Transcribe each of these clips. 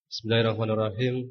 Bismillahirrahmanirrahim.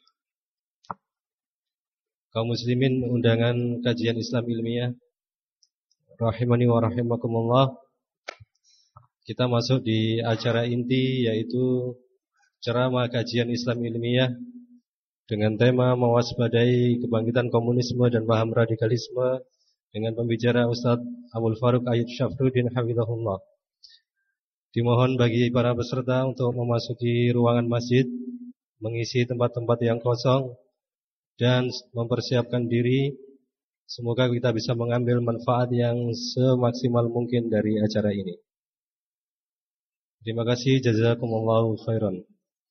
Kaum muslimin undangan kajian Islam ilmiah rahimani wa rahimakumullah. Kita masuk di acara inti, yaitu ceramah kajian Islam ilmiah dengan tema mewaspadai kebangkitan komunisme dan paham radikalisme, dengan pembicara Ustadz Abdul Faruq Ayyub Syafruddin hafizahullah. Dimohon bagi para peserta untuk memasuki ruangan masjid, mengisi tempat-tempat yang kosong, dan mempersiapkan diri. Semoga kita bisa mengambil manfaat yang semaksimal mungkin dari acara ini. Terima kasih, jazakumullahu khairan.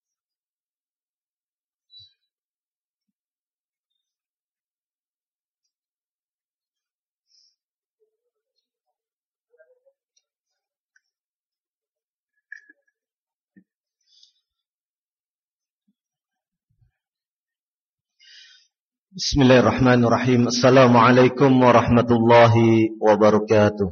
Bismillahirrahmanirrahim. Assalamualaikum warahmatullahi wabarakatuh.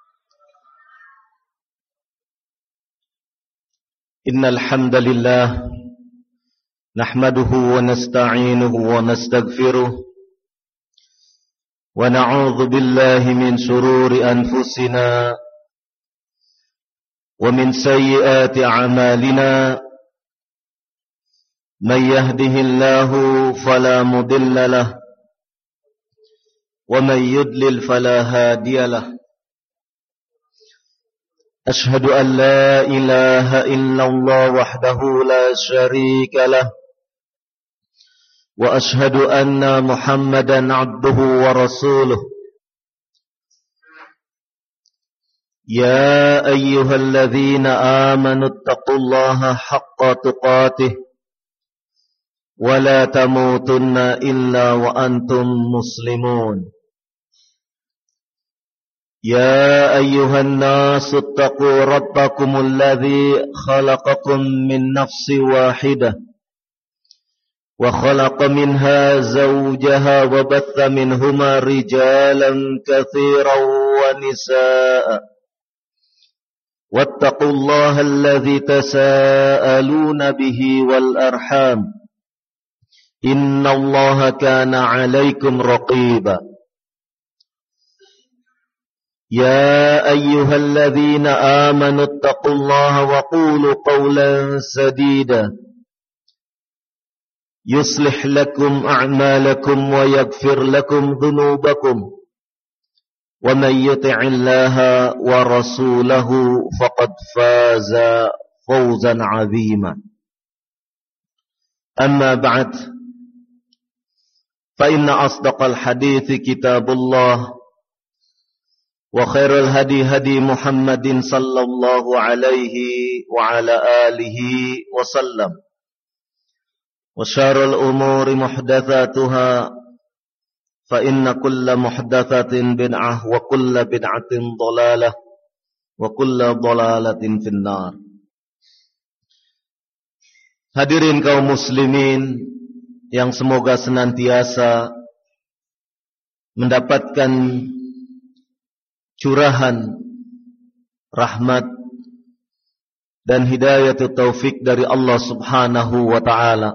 Innal hamdalillah nahmaduhu wa nasta'inuhu wa nastaghfiruh wa na'udzu billahi min shururi anfusina wa min sayyiati a'malina. من يهده الله فلا مضل له ومن يضلل فلا هادي له أشهد أن لا إله إلا الله وحده لا شريك له وأشهد أن محمدا عبده ورسوله يا أيها الذين آمنوا اتقوا الله حق تقاته ولا تموتن إلا وأنتم مسلمون يا أيها الناس اتقوا ربكم الذي خلقكم من نفس واحدة وخلق منها زوجها وبث منهما رجالا كثيرا ونساء واتقوا الله الذي تساءلون به والأرحام إن الله كان عليكم رقيبا يا أيها الذين آمنوا اتقوا الله وقولوا قولا سديدا يصلح لكم أعمالكم ويغفر لكم ذنوبكم ومن يطع الله ورسوله فقد فاز فوزا عظيما أما بعد فإن أصدق الحديث كتاب الله وخير الهدي هدي محمد صلى الله عليه وعلى آله وسلم وشر الأمور محدثاتها فإن كل محدثة بدعة وكل بدعة ضلالة وكل ضلالة في النار. Hadirin kaum muslimin yang semoga senantiasa mendapatkan curahan rahmat dan hidayah taufik dari Allah Subhanahu wa taala.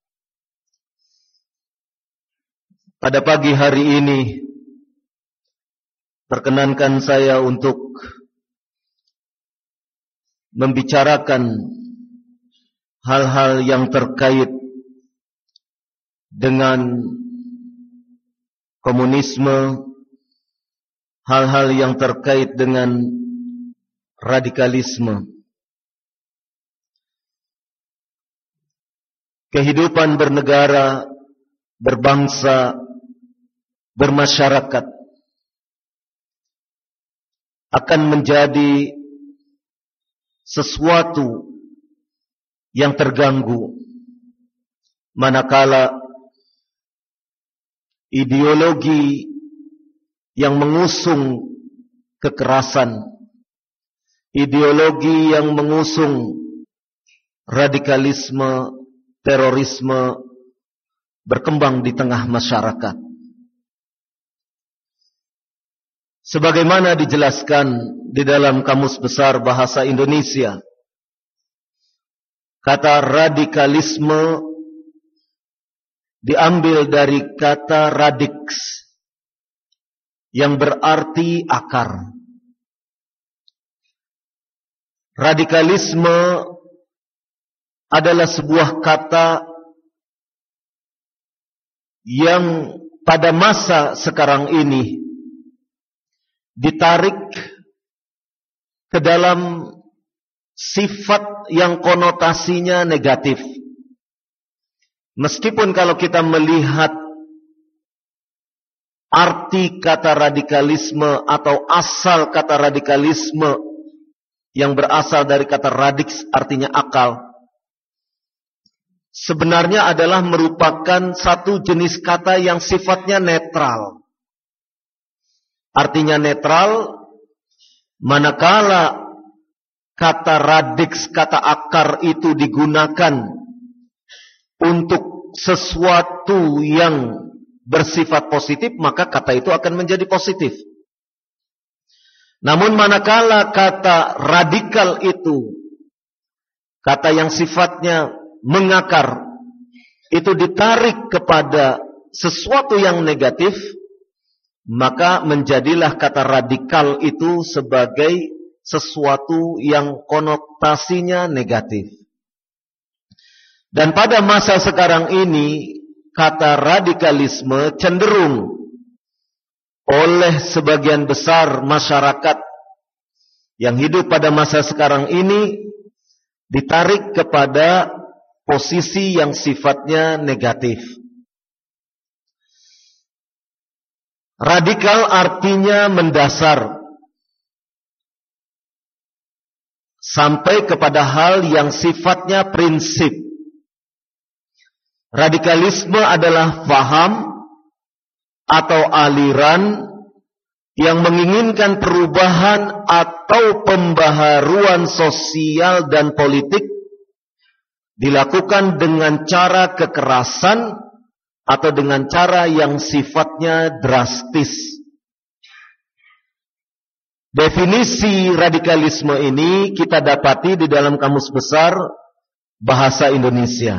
Pada pagi hari ini perkenankan saya untuk membicarakan hal-hal yang terkait dengan komunisme, hal-hal yang terkait dengan radikalisme. Kehidupan bernegara, berbangsa, bermasyarakat akan menjadi sesuatu yang terganggu manakala ideologi yang mengusung kekerasan, ideologi yang mengusung radikalisme, terorisme berkembang di tengah masyarakat. Sebagaimana dijelaskan di dalam Kamus Besar Bahasa Indonesia, Kata radikalisme diambil dari kata radix yang berarti akar. Radikalisme adalah sebuah kata yang pada masa sekarang ini ditarik ke dalam sifat yang konotasinya negatif. Meskipun kalau kita melihat arti kata radikalisme atau asal kata radikalisme yang berasal dari kata radix artinya akal, sebenarnya adalah merupakan satu jenis kata yang sifatnya netral. Artinya netral manakala kata radix, kata akar itu digunakan untuk sesuatu yang bersifat positif, maka kata itu akan menjadi positif. Namun manakala kata radikal itu, kata yang sifatnya mengakar, itu ditarik kepada sesuatu yang negatif, maka menjadilah kata radikal itu sebagai sesuatu yang konotasinya negatif. Dan pada masa sekarang ini, kata radikalisme cenderung oleh sebagian besar masyarakat yang hidup pada masa sekarang ini ditarik kepada posisi yang sifatnya negatif. Radikal artinya mendasar, sampai kepada hal yang sifatnya prinsip. Radikalisme adalah faham atau aliran yang menginginkan perubahan atau pembaharuan sosial dan politik dilakukan dengan cara kekerasan atau dengan cara yang sifatnya drastis. Definisi radikalisme ini kita dapati di dalam Kamus Besar Bahasa Indonesia.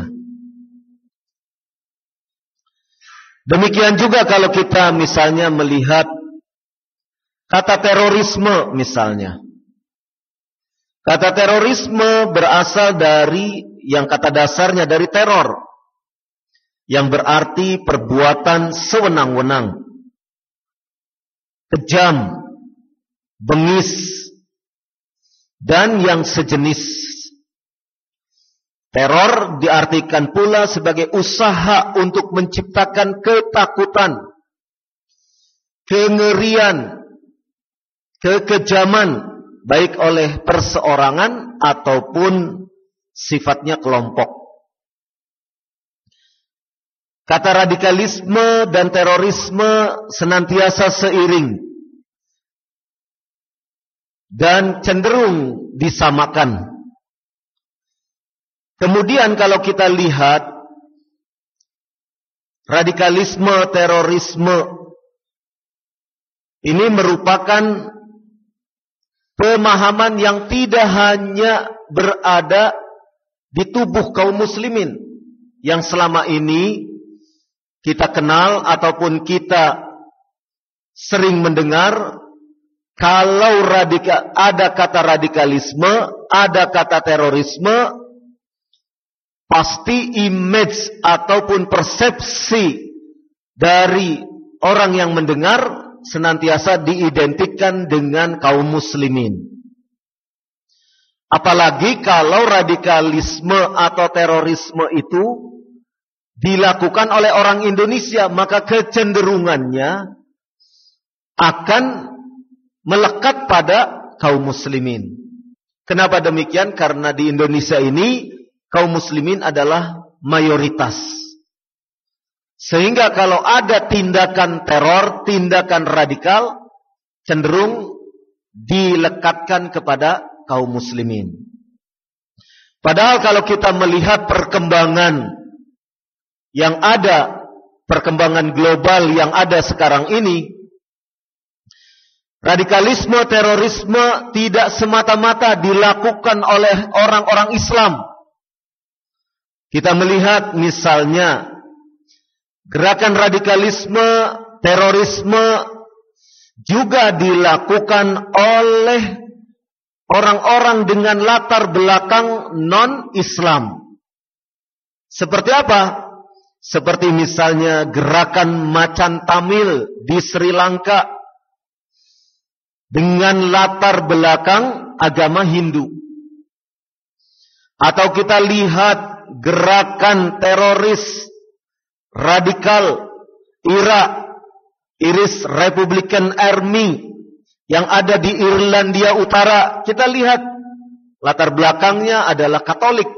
Demikian juga kalau kita misalnya melihat kata terorisme misalnya. Kata terorisme berasal dari yang kata dasarnya dari teror, yang berarti perbuatan sewenang-wenang, kejam, bengis, dan yang sejenis. Teror diartikan pula sebagai usaha untuk menciptakan ketakutan, kengerian, kekejaman, baik oleh perseorangan ataupun sifatnya kelompok. Kata radikalisme dan terorisme senantiasa seiring dan cenderung disamakan. Kemudian kalau kita lihat radikalisme, terorisme ini merupakan pemahaman yang tidak hanya berada di tubuh kaum muslimin yang selama ini kita kenal ataupun kita sering mendengar. Kalau ada kata radikalisme, ada kata terorisme, pasti image ataupun persepsi dari orang yang mendengar senantiasa diidentikan dengan kaum muslimin. Apalagi kalau radikalisme atau terorisme itu dilakukan oleh orang Indonesia, maka kecenderungannya akan melekat pada kaum muslimin. Kenapa demikian? Karena di Indonesia ini kaum muslimin adalah mayoritas. Sehingga kalau ada tindakan teror, tindakan radikal, cenderung dilekatkan kepada kaum muslimin. Padahal kalau kita melihat perkembangan yang ada, perkembangan global yang ada sekarang ini, radikalisme, terorisme tidak semata-mata dilakukan oleh orang-orang Islam. kita melihat misalnya gerakan radikalisme, terorisme juga dilakukan oleh orang-orang dengan latar belakang non-Islam. Seperti apa? Seperti misalnya gerakan Macan Tamil di Sri Lanka dengan latar belakang agama Hindu. Atau kita lihat gerakan teroris radikal Irish Republican Army yang ada di Irlandia Utara. Kita lihat latar belakangnya adalah Katolik.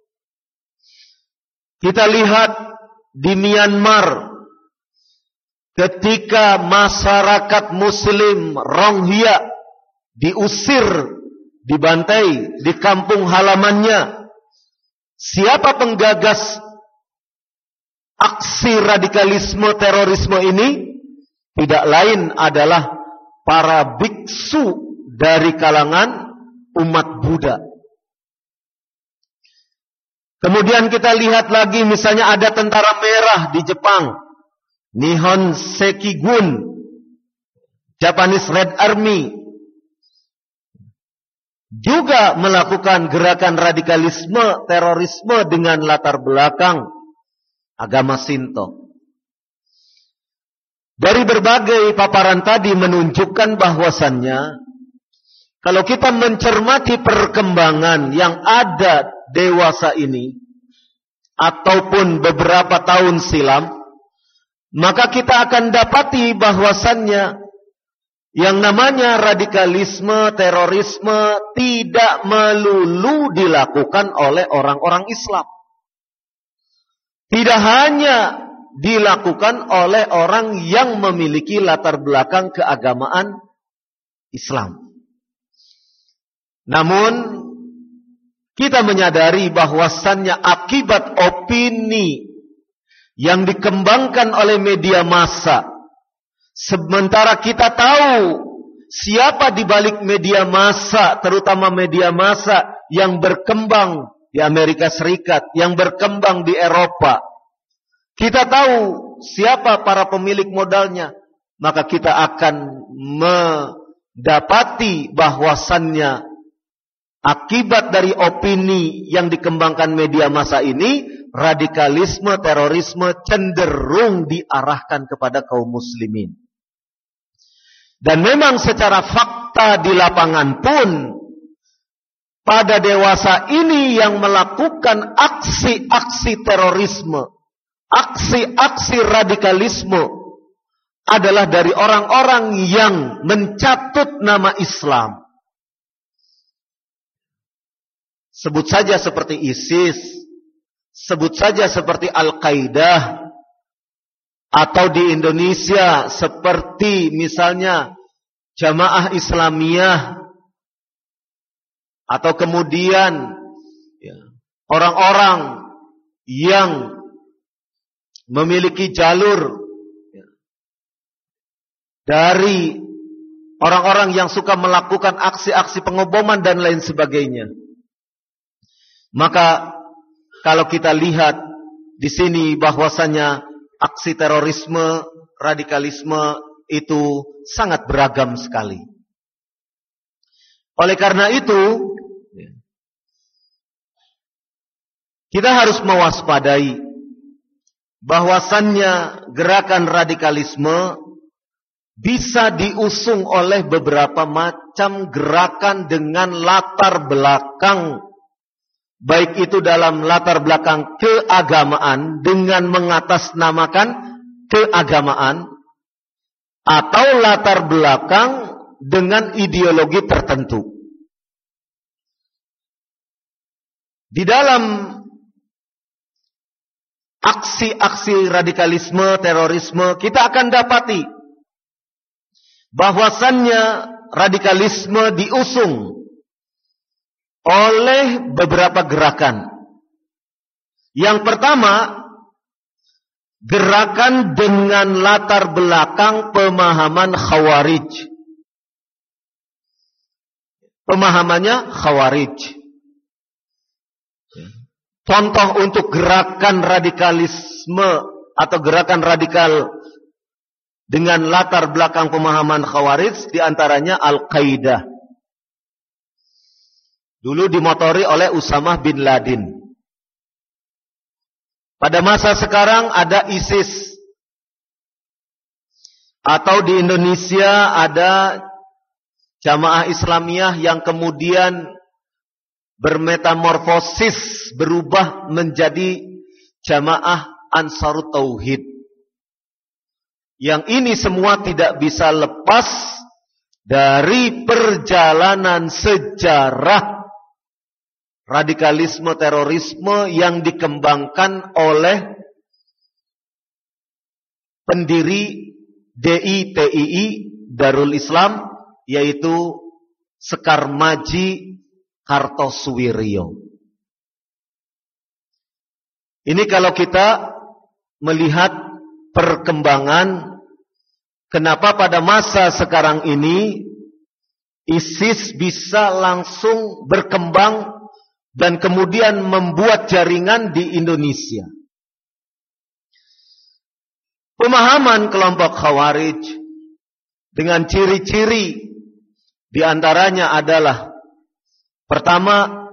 Kita lihat di Myanmar ketika masyarakat Muslim Rohingya diusir, dibantai di kampung halamannya. Siapa penggagas aksi radikalisme terorisme ini? Tidak lain adalah para biksu dari kalangan umat Buddha. Kemudian kita lihat lagi misalnya ada tentara merah di Jepang, Nihon Sekigun, Japanese Red Army, juga melakukan gerakan radikalisme terorisme dengan latar belakang agama Shinto. Dari berbagai paparan tadi menunjukkan bahwasannya kalau kita mencermati perkembangan yang ada dewasa ini ataupun beberapa tahun silam, maka kita akan dapati bahwasannya yang namanya radikalisme, terorisme tidak melulu dilakukan oleh orang-orang Islam. Tidak hanya dilakukan oleh orang yang memiliki latar belakang keagamaan Islam. Namun kita menyadari bahwasannya akibat opini yang dikembangkan oleh media massa, sementara kita tahu siapa di balik media massa, terutama media massa yang berkembang di Amerika Serikat, yang berkembang di Eropa. Kita tahu siapa para pemilik modalnya, maka kita akan mendapati bahwasannya akibat dari opini yang dikembangkan media massa ini, radikalisme, terorisme cenderung diarahkan kepada kaum muslimin. Dan memang secara fakta di lapangan pun, pada dewasa ini yang melakukan aksi-aksi terorisme, aksi-aksi radikalisme adalah dari orang-orang yang mencatut nama Islam. Sebut saja seperti ISIS, sebut saja seperti Al-Qaeda, atau di Indonesia seperti misalnya Jamaah Islamiyah, atau kemudian orang-orang yang memiliki jalur dari orang-orang yang suka melakukan aksi-aksi pengeboman dan lain sebagainya. Maka kalau kita lihat di sini bahwasanya aksi terorisme, radikalisme itu sangat beragam sekali. Oleh karena itu, kita harus mewaspadai bahwasannya gerakan radikalisme bisa diusung oleh beberapa macam gerakan dengan latar belakang, baik itu dalam latar belakang keagamaan dengan mengatasnamakan keagamaan, atau latar belakang dengan ideologi tertentu. Di dalam aksi-aksi radikalisme, terorisme, kita akan dapati bahwasannya radikalisme diusung oleh beberapa gerakan. Yang pertama, gerakan dengan latar belakang pemahaman Khawarij. Pemahamannya Khawarij. contoh untuk gerakan radikalisme atau gerakan radikal dengan latar belakang pemahaman Khawarij, diantaranya Al-Qaeda. Dulu dimotori oleh Usamah bin Laden. Pada masa sekarang ada ISIS. Atau di Indonesia ada Jamaah Islamiyah yang kemudian bermetamorfosis, berubah menjadi Jamaah Ansarut Tauhid. Yang ini semua tidak bisa lepas dari perjalanan sejarah radikalisme terorisme yang dikembangkan oleh pendiri DITII Darul Islam, yaitu Sekar Maji Kartosuwiryo. Ini kalau kita melihat perkembangan, kenapa pada masa sekarang ini ISIS bisa langsung berkembang dan kemudian membuat jaringan di Indonesia. Pemahaman kelompok Khawarij dengan ciri-ciri diantaranya adalah: pertama,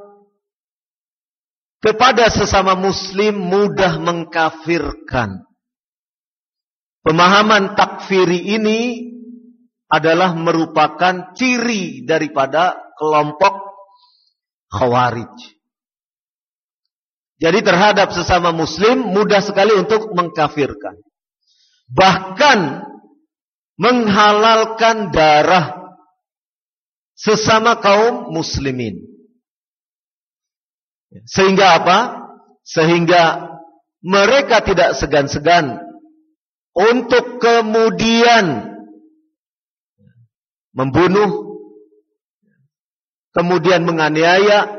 kepada sesama muslim mudah mengkafirkan. Pemahaman takfiri ini adalah merupakan ciri daripada kelompok Khawarij. Jadi terhadap sesama muslim mudah sekali untuk mengkafirkan. Bahkan menghalalkan darah sesama kaum muslimin. Sehingga apa? Sehingga mereka tidak segan-segan untuk kemudian membunuh, kemudian menganiaya,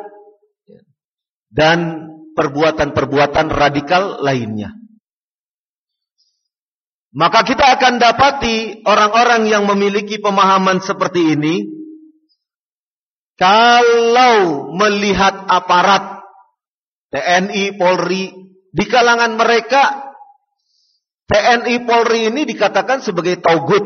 dan perbuatan-perbuatan radikal lainnya. Maka kita akan dapati orang-orang yang memiliki pemahaman seperti ini, kalau melihat aparat TNI, Polri, di kalangan mereka TNI, Polri ini dikatakan sebagai taugut,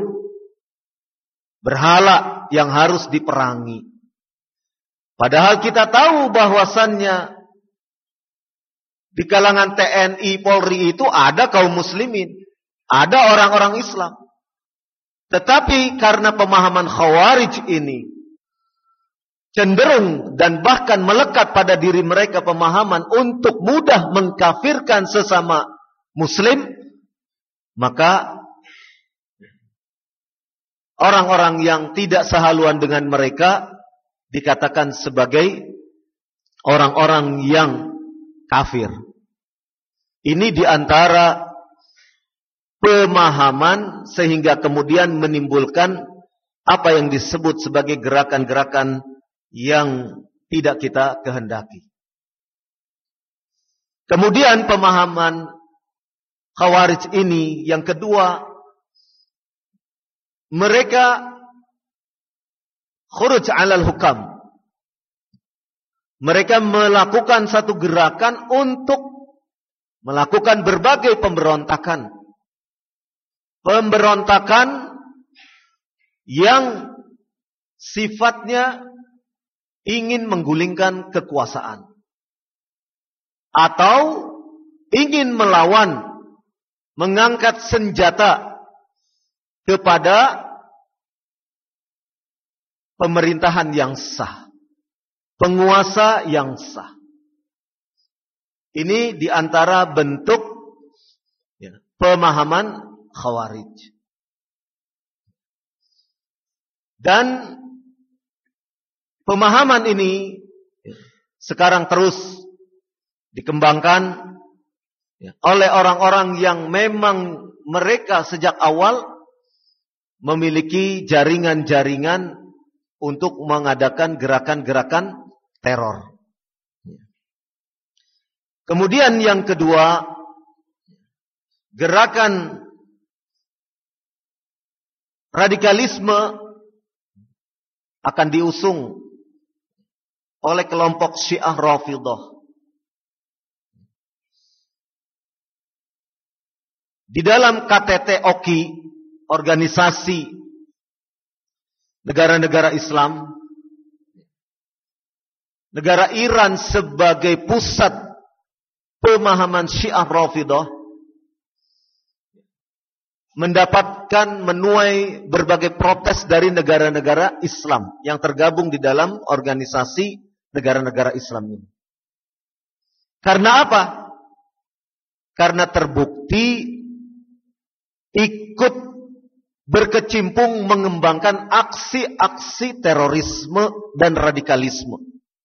berhala yang harus diperangi. Padahal kita tahu bahwasannya di kalangan TNI, Polri itu ada kaum muslimin, ada orang-orang Islam. Tetapi karena pemahaman Khawarij ini cenderung dan bahkan melekat pada diri mereka pemahaman untuk mudah mengkafirkan sesama muslim, maka orang-orang yang tidak sehaluan dengan mereka dikatakan sebagai orang-orang yang kafir. Ini diantara pemahaman sehingga kemudian menimbulkan apa yang disebut sebagai gerakan-gerakan yang tidak kita kehendaki. Kemudian pemahaman Khawarij ini yang kedua, mereka khuruj 'alal hukam. Mereka melakukan satu gerakan untuk melakukan berbagai pemberontakan. Pemberontakan yang sifatnya ingin menggulingkan kekuasaan atau ingin melawan, mengangkat senjata kepada pemerintahan yang sah, penguasa yang sah. Ini diantara bentuk pemahaman Khawarij. Dan pemahaman ini sekarang terus dikembangkan oleh orang-orang yang memang mereka sejak awal memiliki jaringan-jaringan untuk mengadakan gerakan-gerakan teror. Kemudian yang kedua, gerakan radikalisme akan diusung oleh kelompok Syiah Rafidhah. di dalam KTT OKI, organisasi negara-negara Islam, negara Iran sebagai pusat pemahaman Syiah Rafidah mendapatkan menuai berbagai protes dari negara-negara Islam yang tergabung di dalam organisasi negara-negara Islam ini. Karena apa? Karena terbukti ikut berkecimpung mengembangkan aksi-aksi terorisme dan radikalisme.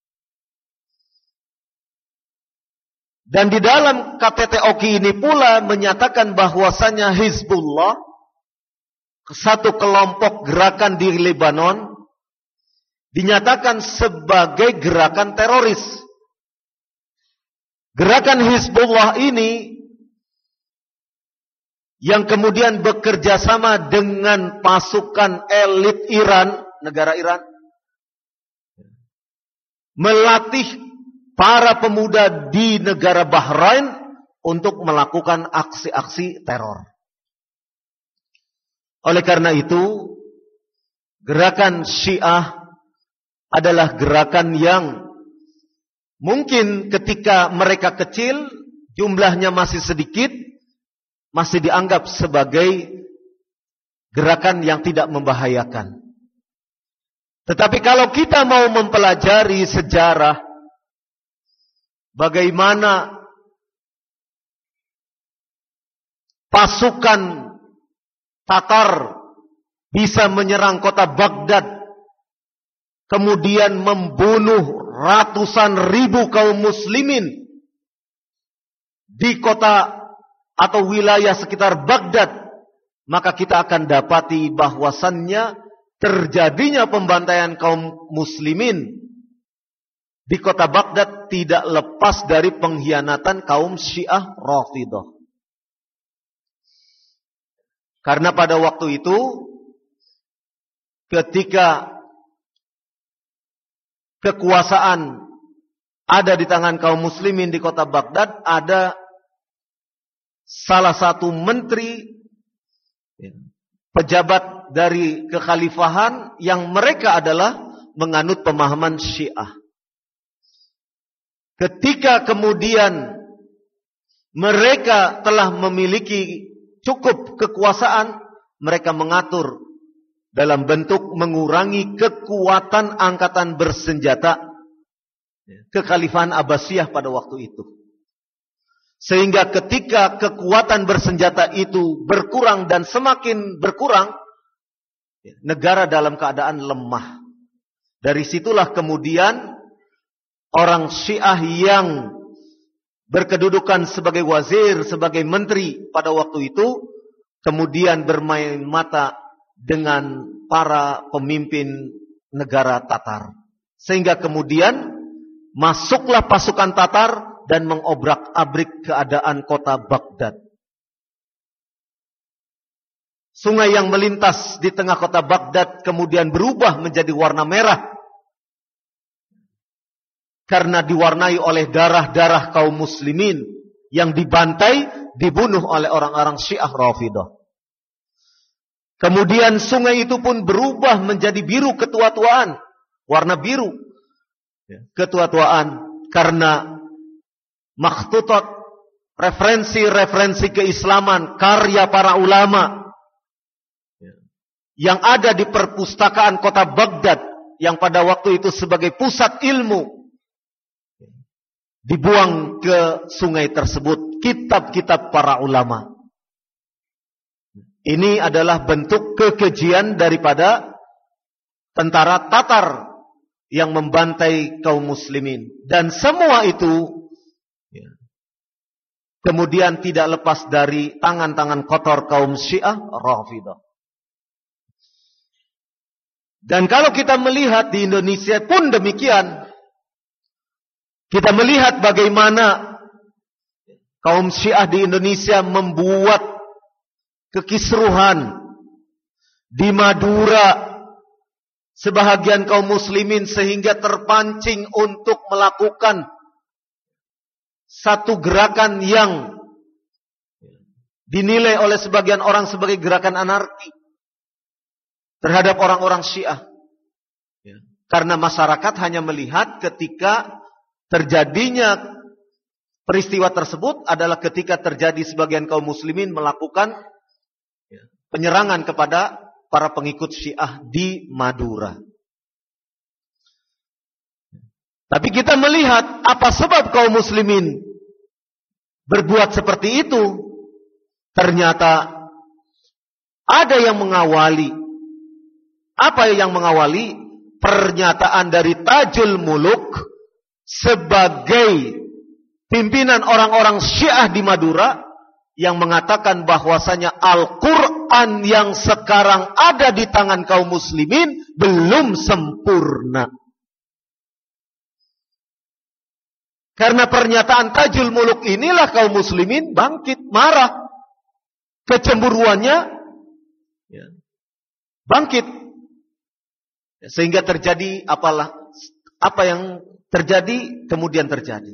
Dan di dalam KTT OKI ini pula menyatakan bahwasanya Hizbullah, satu kelompok gerakan di Lebanon, dinyatakan sebagai gerakan teroris. Gerakan Hizbullah ini yang kemudian bekerja sama dengan pasukan elit Iran, negara Iran, melatih para pemuda di negara Bahrain untuk melakukan aksi-aksi teror. Oleh karena itu, gerakan Syiah adalah gerakan yang mungkin ketika mereka kecil, jumlahnya masih sedikit, masih dianggap sebagai gerakan yang tidak membahayakan. Tetapi kalau kita mau mempelajari sejarah, bagaimana pasukan Tatar bisa menyerang kota Baghdad, kemudian membunuh ratusan ribu kaum muslimin di kota atau wilayah sekitar Baghdad, maka kita akan dapati bahwasannya terjadinya pembantaian kaum muslimin di kota Baghdad tidak lepas dari pengkhianatan kaum Syiah Rafidah. Karena pada waktu itu, ketika kekuasaan ada di tangan kaum muslimin di kota Baghdad, ada salah satu menteri, pejabat dari kekhalifahan yang mereka adalah menganut pemahaman Syiah. Ketika kemudian mereka telah memiliki cukup kekuasaan, mereka mengatur dalam bentuk mengurangi kekuatan angkatan bersenjata kekhalifahan Abbasiyah pada waktu itu. Sehingga ketika kekuatan bersenjata itu berkurang dan semakin berkurang, negara dalam keadaan lemah. Dari situlah kemudian orang Syiah yang berkedudukan sebagai wazir, sebagai menteri pada waktu itu, kemudian bermain mata dengan para pemimpin negara Tatar. Sehingga kemudian masuklah pasukan Tatar dan mengobrak-abrik keadaan kota Baghdad. Sungai yang melintas di tengah kota Baghdad kemudian berubah menjadi warna merah, karena diwarnai oleh darah-darah kaum muslimin yang dibantai, dibunuh oleh orang-orang Syiah Rafidah. Kemudian sungai itu pun berubah menjadi biru ketua-tuaan, warna biru ketua-tuaan, karena makhtutat, referensi-referensi keislaman, karya para ulama yang ada di perpustakaan kota Baghdad, yang pada waktu itu sebagai pusat ilmu, dibuang ke sungai tersebut, kitab-kitab para ulama. Ini adalah bentuk kekejian daripada tentara Tatar yang membantai kaum muslimin. Dan semua itu kemudian tidak lepas dari tangan-tangan kotor kaum Syiah Rafidah. Dan kalau kita melihat di Indonesia pun demikian. Kita melihat bagaimana kaum Syiah di Indonesia membuat kekisruhan di Madura, sebahagian kaum muslimin sehingga terpancing untuk melakukan satu gerakan yang dinilai oleh sebagian orang sebagai gerakan anarki terhadap orang-orang Syiah. Karena masyarakat hanya melihat ketika terjadinya peristiwa tersebut adalah ketika terjadi sebagian kaum muslimin melakukan penyerangan kepada para pengikut Syiah di Madura. Tapi kita melihat apa sebab kaum muslimin berbuat seperti itu. Ternyata ada yang mengawali. Apa yang mengawali? Pernyataan dari Tajul Muluk sebagai pimpinan orang-orang Syiah di Madura yang mengatakan bahwasanya Al-Quran yang sekarang ada di tangan kaum muslimin belum sempurna. Karena pernyataan Tajul Muluk inilah kaum muslimin bangkit, marah. Kecemburuannya bangkit. Sehingga terjadi apa yang terjadi kemudian terjadi.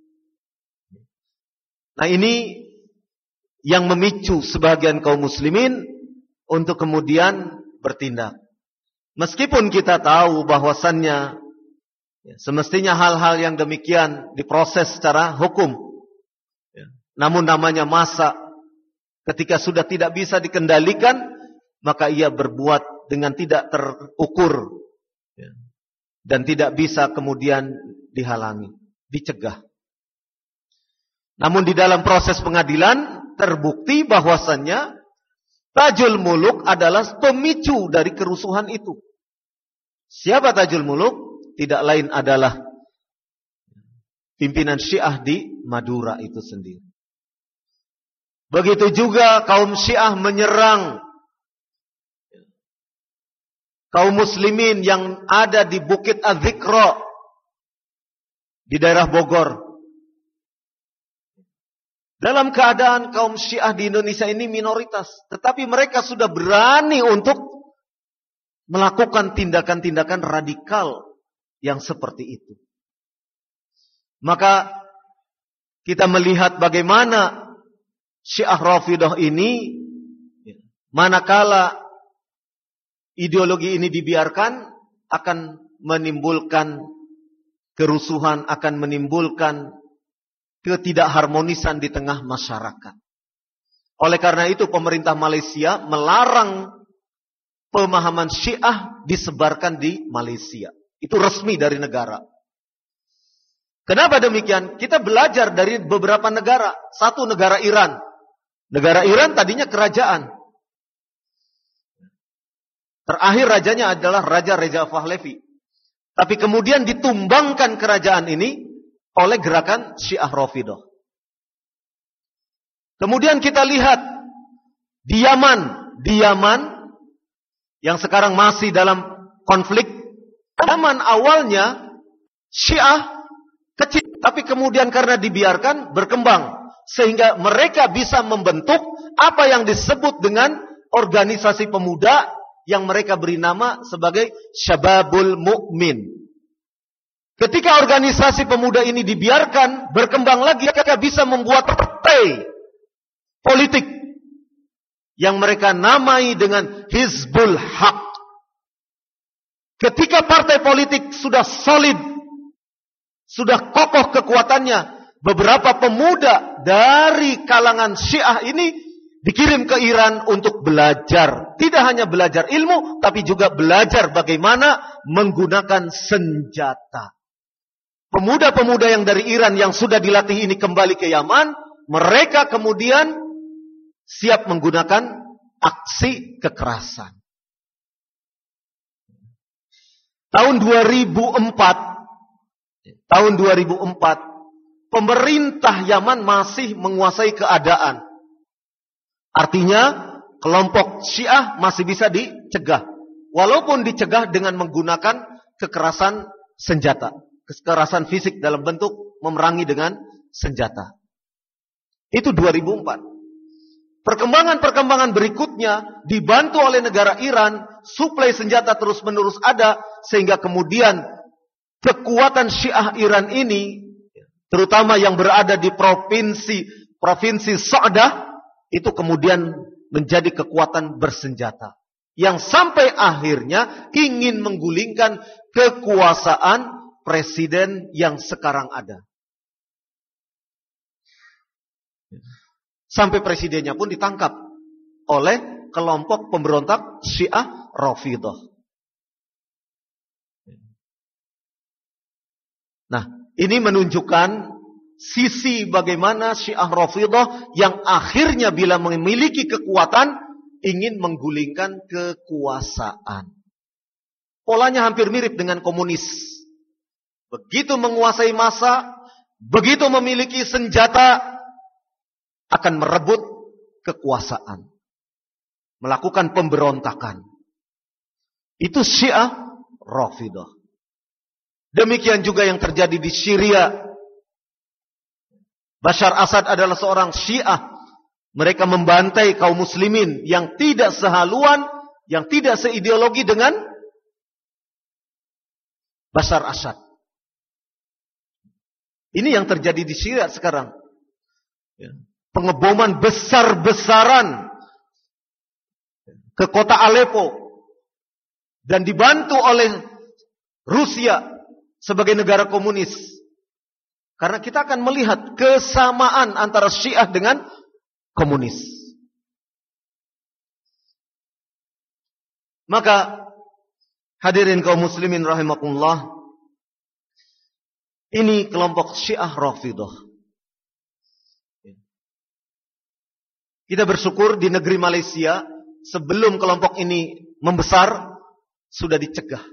Nah, ini yang memicu sebagian kaum muslimin untuk kemudian bertindak. Meskipun kita tahu bahwasannya semestinya hal-hal yang demikian diproses secara hukum. Namun namanya masa, ketika sudah tidak bisa dikendalikan, maka ia berbuat dengan tidak terukur dan tidak bisa kemudian dihalangi, dicegah. Namun di dalam proses pengadilan terbukti bahwasannya Tajul Muluk adalah pemicu dari kerusuhan itu. Siapa Tajul Muluk? Tidak lain adalah pimpinan Syiah di Madura itu sendiri. Begitu juga kaum Syiah menyerang kaum muslimin yang ada di Bukit Az-Zikra di daerah Bogor. Dalam keadaan kaum Syiah di Indonesia ini minoritas, tetapi mereka sudah berani untuk melakukan tindakan-tindakan radikal yang seperti itu. Maka kita melihat bagaimana Syiah Rafidah ini manakala ideologi ini dibiarkan akan menimbulkan kerusuhan, akan menimbulkan ketidakharmonisan di tengah masyarakat. Oleh karena itu pemerintah Malaysia melarang pemahaman Syiah disebarkan di Malaysia. Itu resmi dari negara. Kenapa demikian? Kita belajar dari beberapa negara. Satu, negara Iran. Negara Iran tadinya kerajaan. Terakhir rajanya adalah Raja Reza Pahlavi. Tapi kemudian ditumbangkan kerajaan ini oleh gerakan Syiah Rafidah. Kemudian kita lihat di Yaman yang sekarang masih dalam konflik. Yaman awalnya Syiah kecil, tapi kemudian karena dibiarkan berkembang sehingga mereka bisa membentuk apa yang disebut dengan organisasi pemuda yang mereka beri nama sebagai Syababul Mu'min. Ketika organisasi pemuda ini dibiarkan berkembang lagi, mereka bisa membuat partai politik yang mereka namai dengan Hizbul Haq. Ketika partai politik sudah solid, sudah kokoh kekuatannya, beberapa pemuda dari kalangan Syiah ini dikirim ke Iran untuk belajar. Tidak hanya belajar ilmu, tapi juga belajar bagaimana menggunakan senjata. Pemuda-pemuda yang dari Iran yang sudah dilatih ini kembali ke Yaman, mereka kemudian siap menggunakan aksi kekerasan. Tahun 2004, pemerintah Yaman masih menguasai keadaan. Artinya kelompok Syiah masih bisa dicegah. Walaupun dicegah dengan menggunakan kekerasan senjata. Kekerasan fisik dalam bentuk memerangi dengan senjata. Itu 2004. Perkembangan-perkembangan berikutnya dibantu oleh negara Iran. Suplai senjata terus-menerus ada. Sehingga kemudian kekuatan Syiah Iran ini, terutama yang berada di provinsi Sa'dah, itu kemudian menjadi kekuatan bersenjata yang sampai akhirnya ingin menggulingkan kekuasaan presiden yang sekarang ada. Sampai presidennya pun ditangkap oleh kelompok pemberontak Syiah Rafidhah. Nah, ini menunjukkan sisi bagaimana Syiah Rafidhah yang akhirnya bila memiliki kekuatan ingin menggulingkan kekuasaan. Polanya hampir mirip dengan komunis. Begitu menguasai massa, begitu memiliki senjata, akan merebut kekuasaan. Melakukan pemberontakan. Itu Syiah Rafidhah. Demikian juga yang terjadi di Syria. Bashar Assad adalah seorang Syiah. Mereka membantai kaum muslimin yang tidak sehaluan, yang tidak seideologi dengan Bashar Assad. Ini yang terjadi di Syria sekarang. Pengeboman besar-besaran ke kota Aleppo. Dan dibantu oleh Rusia sebagai negara komunis. Karena kita akan melihat kesamaan antara Syiah dengan komunis. Maka hadirin kaum muslimin rahimakumullah, ini kelompok Syiah Rafidhah. Kita bersyukur di negeri Malaysia sebelum kelompok ini membesar sudah dicegah.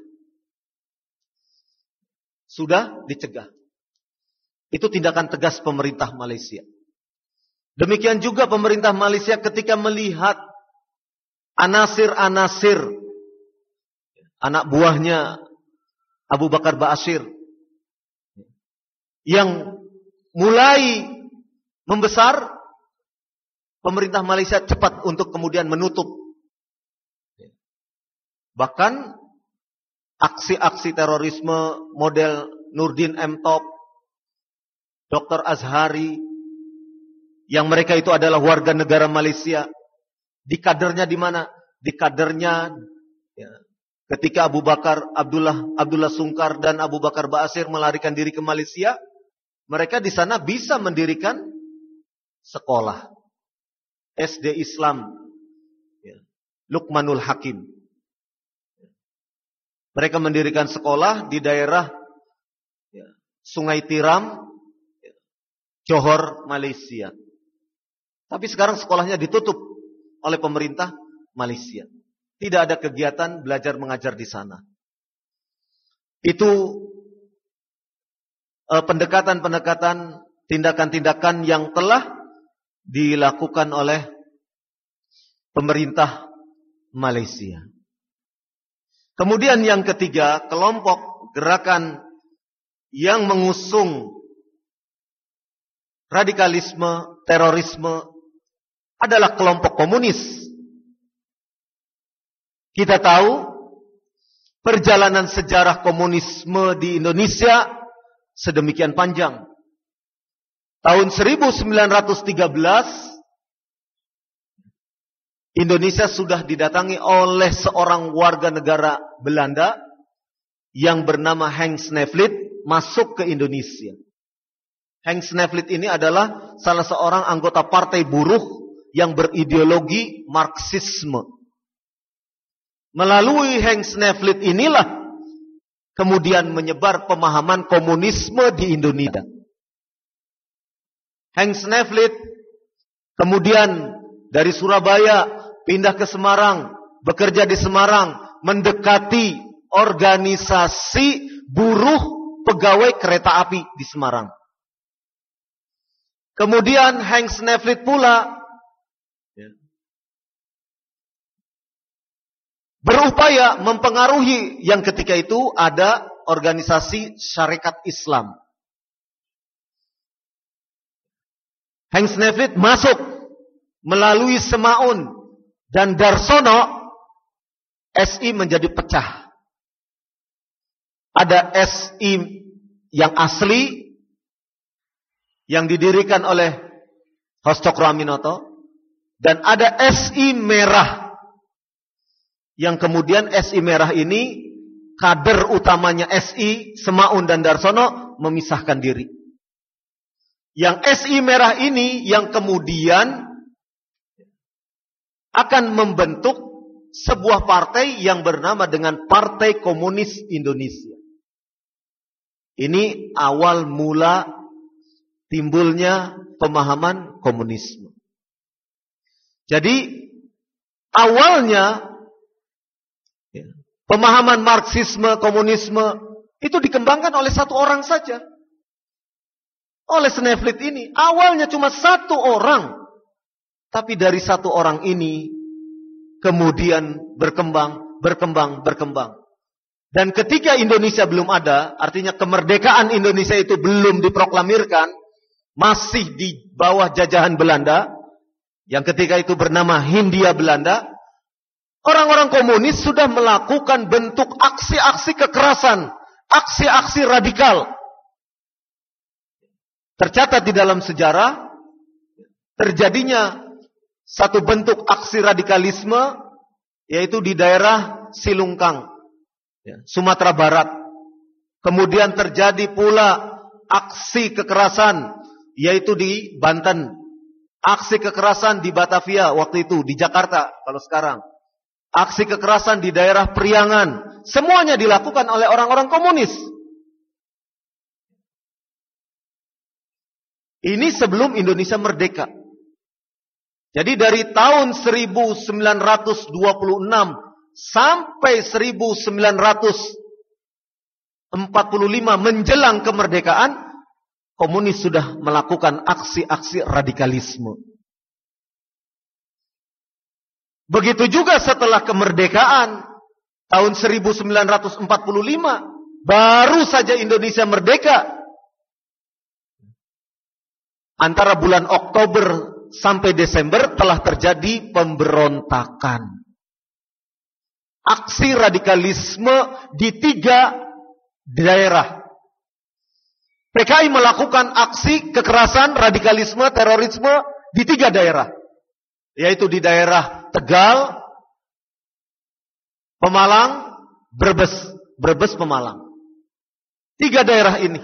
Sudah dicegah. Itu tindakan tegas pemerintah Malaysia. Demikian juga pemerintah Malaysia ketika melihat anasir-anasir anak buahnya Abu Bakar Ba'asyir yang mulai membesar, pemerintah Malaysia cepat untuk kemudian menutup. Bahkan aksi-aksi terorisme model Nurdin M. Top, Dr. Azhari, yang mereka itu adalah warga negara Malaysia. Di kadernya di mana? Di kadernya ketika Abdullah Sungkar dan Abu Bakar Ba'asyir melarikan diri ke Malaysia, mereka di sana bisa mendirikan sekolah SD Islam, Luqmanul Hakim. Mereka mendirikan sekolah di daerah Sungai Tiram, Johor, Malaysia. Tapi sekarang sekolahnya ditutup oleh pemerintah Malaysia. Tidak ada kegiatan belajar mengajar di sana. Itu pendekatan-pendekatan, tindakan-tindakan yang telah dilakukan oleh pemerintah Malaysia. Kemudian yang ketiga, kelompok gerakan yang mengusung radikalisme, terorisme adalah kelompok komunis. Kita tahu perjalanan sejarah komunisme di Indonesia sedemikian panjang. Tahun 1913 Indonesia sudah didatangi oleh seorang warga negara Belanda yang bernama Henk Snevely masuk ke Indonesia. Henk Snevely ini adalah salah seorang anggota partai buruh yang berideologi Marxisme. Melalui Henk Snevely inilah kemudian menyebar pemahaman komunisme di Indonesia. Henk Snevely kemudian dari Surabaya pindah ke Semarang, bekerja di Semarang, mendekati organisasi buruh pegawai kereta api di Semarang. Kemudian Henk Snevely pula berupaya mempengaruhi yang ketika itu ada organisasi Syarikat Islam. Henk Snevely masuk melalui Semaun dan Darsono, SI menjadi pecah. Ada SI yang asli yang didirikan oleh Hos Cokroaminoto, dan ada SI merah. Yang kemudian SI merah ini, kader utamanya SI, Semaun dan Darsono memisahkan diri. Yang SI merah ini yang kemudian akan membentuk sebuah partai yang bernama dengan Partai Komunis Indonesia. Ini awal mula timbulnya pemahaman komunisme. Jadi awalnya pemahaman Marxisme, komunisme itu dikembangkan oleh satu orang saja. Oleh Sneflit ini. Awalnya cuma satu orang. Tapi dari satu orang ini kemudian berkembang. Dan ketika Indonesia belum ada, artinya kemerdekaan Indonesia itu belum diproklamirkan, masih di bawah jajahan Belanda, yang ketika itu bernama Hindia Belanda, orang-orang komunis sudah melakukan bentuk aksi-aksi kekerasan, aksi-aksi radikal. Tercatat di dalam sejarah, terjadinya satu bentuk aksi radikalisme, yaitu di daerah Silungkang, Sumatera Barat. Kemudian terjadi pula aksi kekerasan, yaitu di Banten. Aksi kekerasan di Batavia waktu itu, di Jakarta kalau sekarang. Aksi kekerasan di daerah Priangan. Semuanya dilakukan oleh orang-orang komunis. Ini sebelum Indonesia merdeka. Jadi dari tahun 1926 sampai 1945 menjelang kemerdekaan, komunis sudah melakukan aksi-aksi radikalisme. Begitu juga setelah kemerdekaan tahun 1945, baru saja Indonesia merdeka. Antara bulan Oktober sampai Desember telah terjadi pemberontakan. Aksi radikalisme di 3 daerah. PKI melakukan aksi kekerasan, radikalisme, terorisme di 3 daerah. Yaitu di daerah Tegal, Pemalang, Brebes, Pemalang. 3 daerah ini.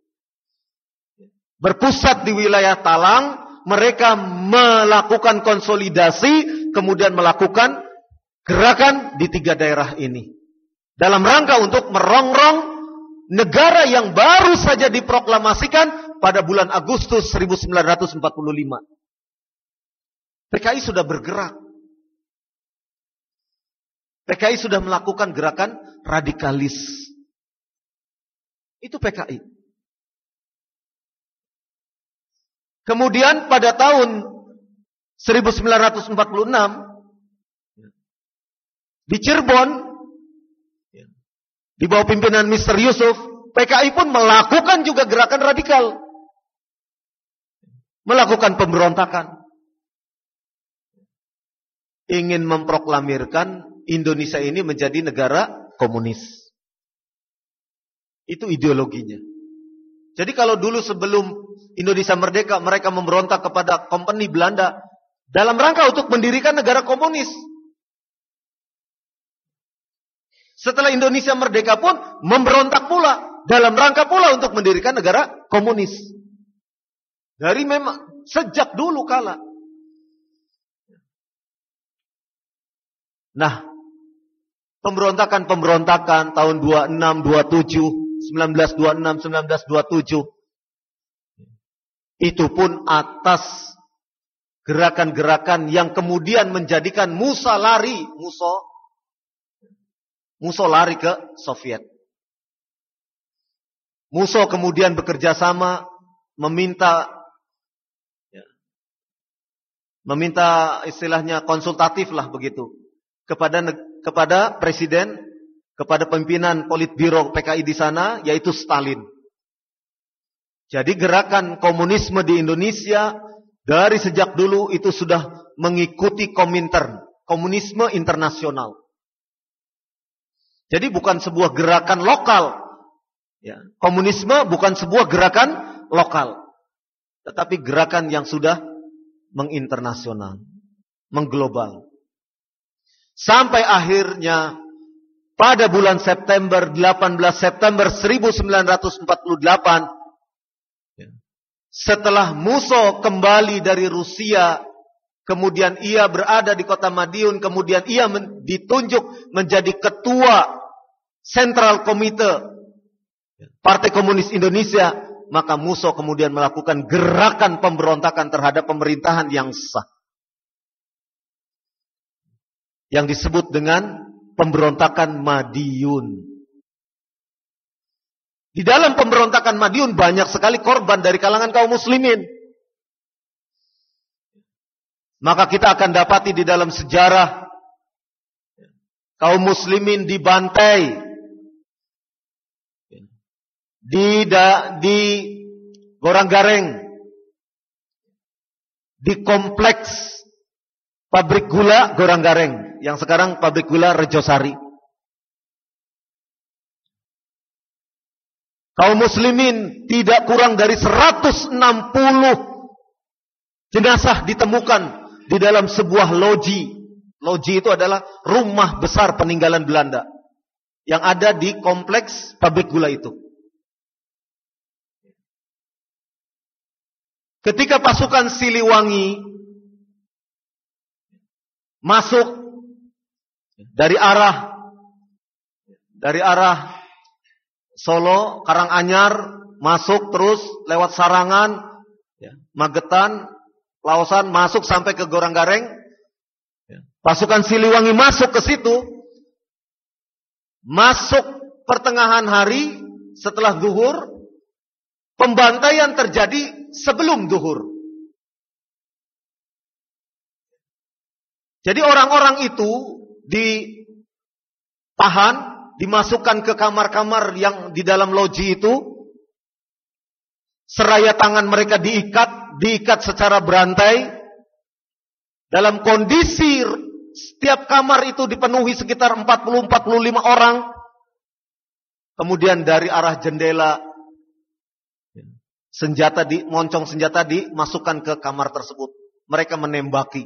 Berpusat di wilayah Talang, mereka melakukan konsolidasi, kemudian melakukan gerakan di 3 daerah ini. Dalam rangka untuk merongrong negara yang baru saja diproklamasikan pada bulan Agustus 1945. PKI sudah bergerak. PKI sudah melakukan gerakan radikalis. Itu PKI. Kemudian pada tahun 1946 di Cirebon, di bawah pimpinan Mr. Yusuf, PKI pun melakukan juga gerakan radikal. Melakukan pemberontakan. Ingin memproklamirkan Indonesia ini menjadi negara komunis. Itu ideologinya. Jadi kalau dulu sebelum Indonesia merdeka, mereka memberontak kepada kompeni Belanda dalam rangka untuk mendirikan negara komunis. Setelah Indonesia merdeka pun memberontak pula dalam rangka pula untuk mendirikan negara komunis. Dari memang sejak dulu kala. Nah, pemberontakan tahun 26, 27, 1926, 1927 itu pun atas gerakan-gerakan yang kemudian menjadikan Musso lari ke Soviet. Musso kemudian bekerja sama meminta istilahnya konsultatif lah begitu kepada presiden, kepada pimpinan Politbiro PKI di sana, yaitu Stalin. Jadi gerakan komunisme di Indonesia dari sejak dulu itu sudah mengikuti Komintern, komunisme internasional. Jadi bukan sebuah gerakan lokal. Ya, komunisme bukan sebuah gerakan lokal, tetapi gerakan yang sudah menginternasional. mengglobal. Sampai akhirnya pada bulan September, 18 September 1948, setelah Musso kembali dari Rusia, kemudian ia berada di kota Madiun, kemudian ia ditunjuk menjadi ketua Central Committee Partai Komunis Indonesia, maka Musso kemudian melakukan gerakan pemberontakan terhadap pemerintahan yang sah, yang disebut dengan pemberontakan Madiun. Di dalam pemberontakan Madiun banyak sekali korban dari kalangan kaum muslimin. Maka kita akan dapati di dalam sejarah kaum muslimin dibantai di Goranggareng, di kompleks pabrik gula Goranggareng, yang sekarang pabrik gula Rejosari. Kaum muslimin tidak kurang dari 160 jenazah ditemukan di dalam sebuah loji. Loji itu adalah rumah besar peninggalan Belanda yang ada di kompleks pabrik gula itu. Ketika pasukan Siliwangi masuk dari arah Solo, Karanganyar, masuk terus lewat Sarangan, Magetan, Laosan, masuk sampai ke Goranggareng. Pasukan Siliwangi masuk ke situ, masuk pertengahan hari setelah zuhur. Pembantaian terjadi sebelum zuhur. Jadi orang-orang itu ditahan, dimasukkan ke kamar-kamar yang di dalam loji itu. Seraya tangan mereka diikat secara berantai. Dalam kondisi setiap kamar itu dipenuhi sekitar 40-45 orang. Kemudian dari arah jendela moncong senjata dimasukkan ke kamar tersebut. Mereka menembaki.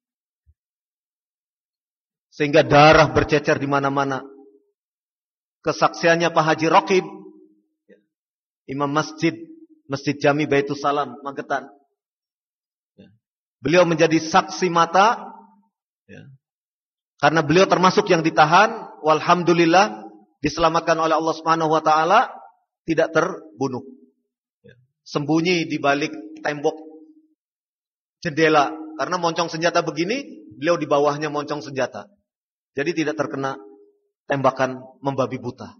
Sehingga darah bercecer di mana-mana. Kesaksiannya Pak Haji Rokib, Imam Masjid Jami Baitus Salam, Magetan. Beliau menjadi saksi mata. Karena beliau termasuk yang ditahan. Walhamdulillah diselamatkan oleh Allah Subhanahu wa taala, tidak terbunuh. Sembunyi di balik tembok jendela. Karena moncong senjata begini, beliau di bawahnya moncong senjata. Jadi tidak terkena tembakan membabi buta.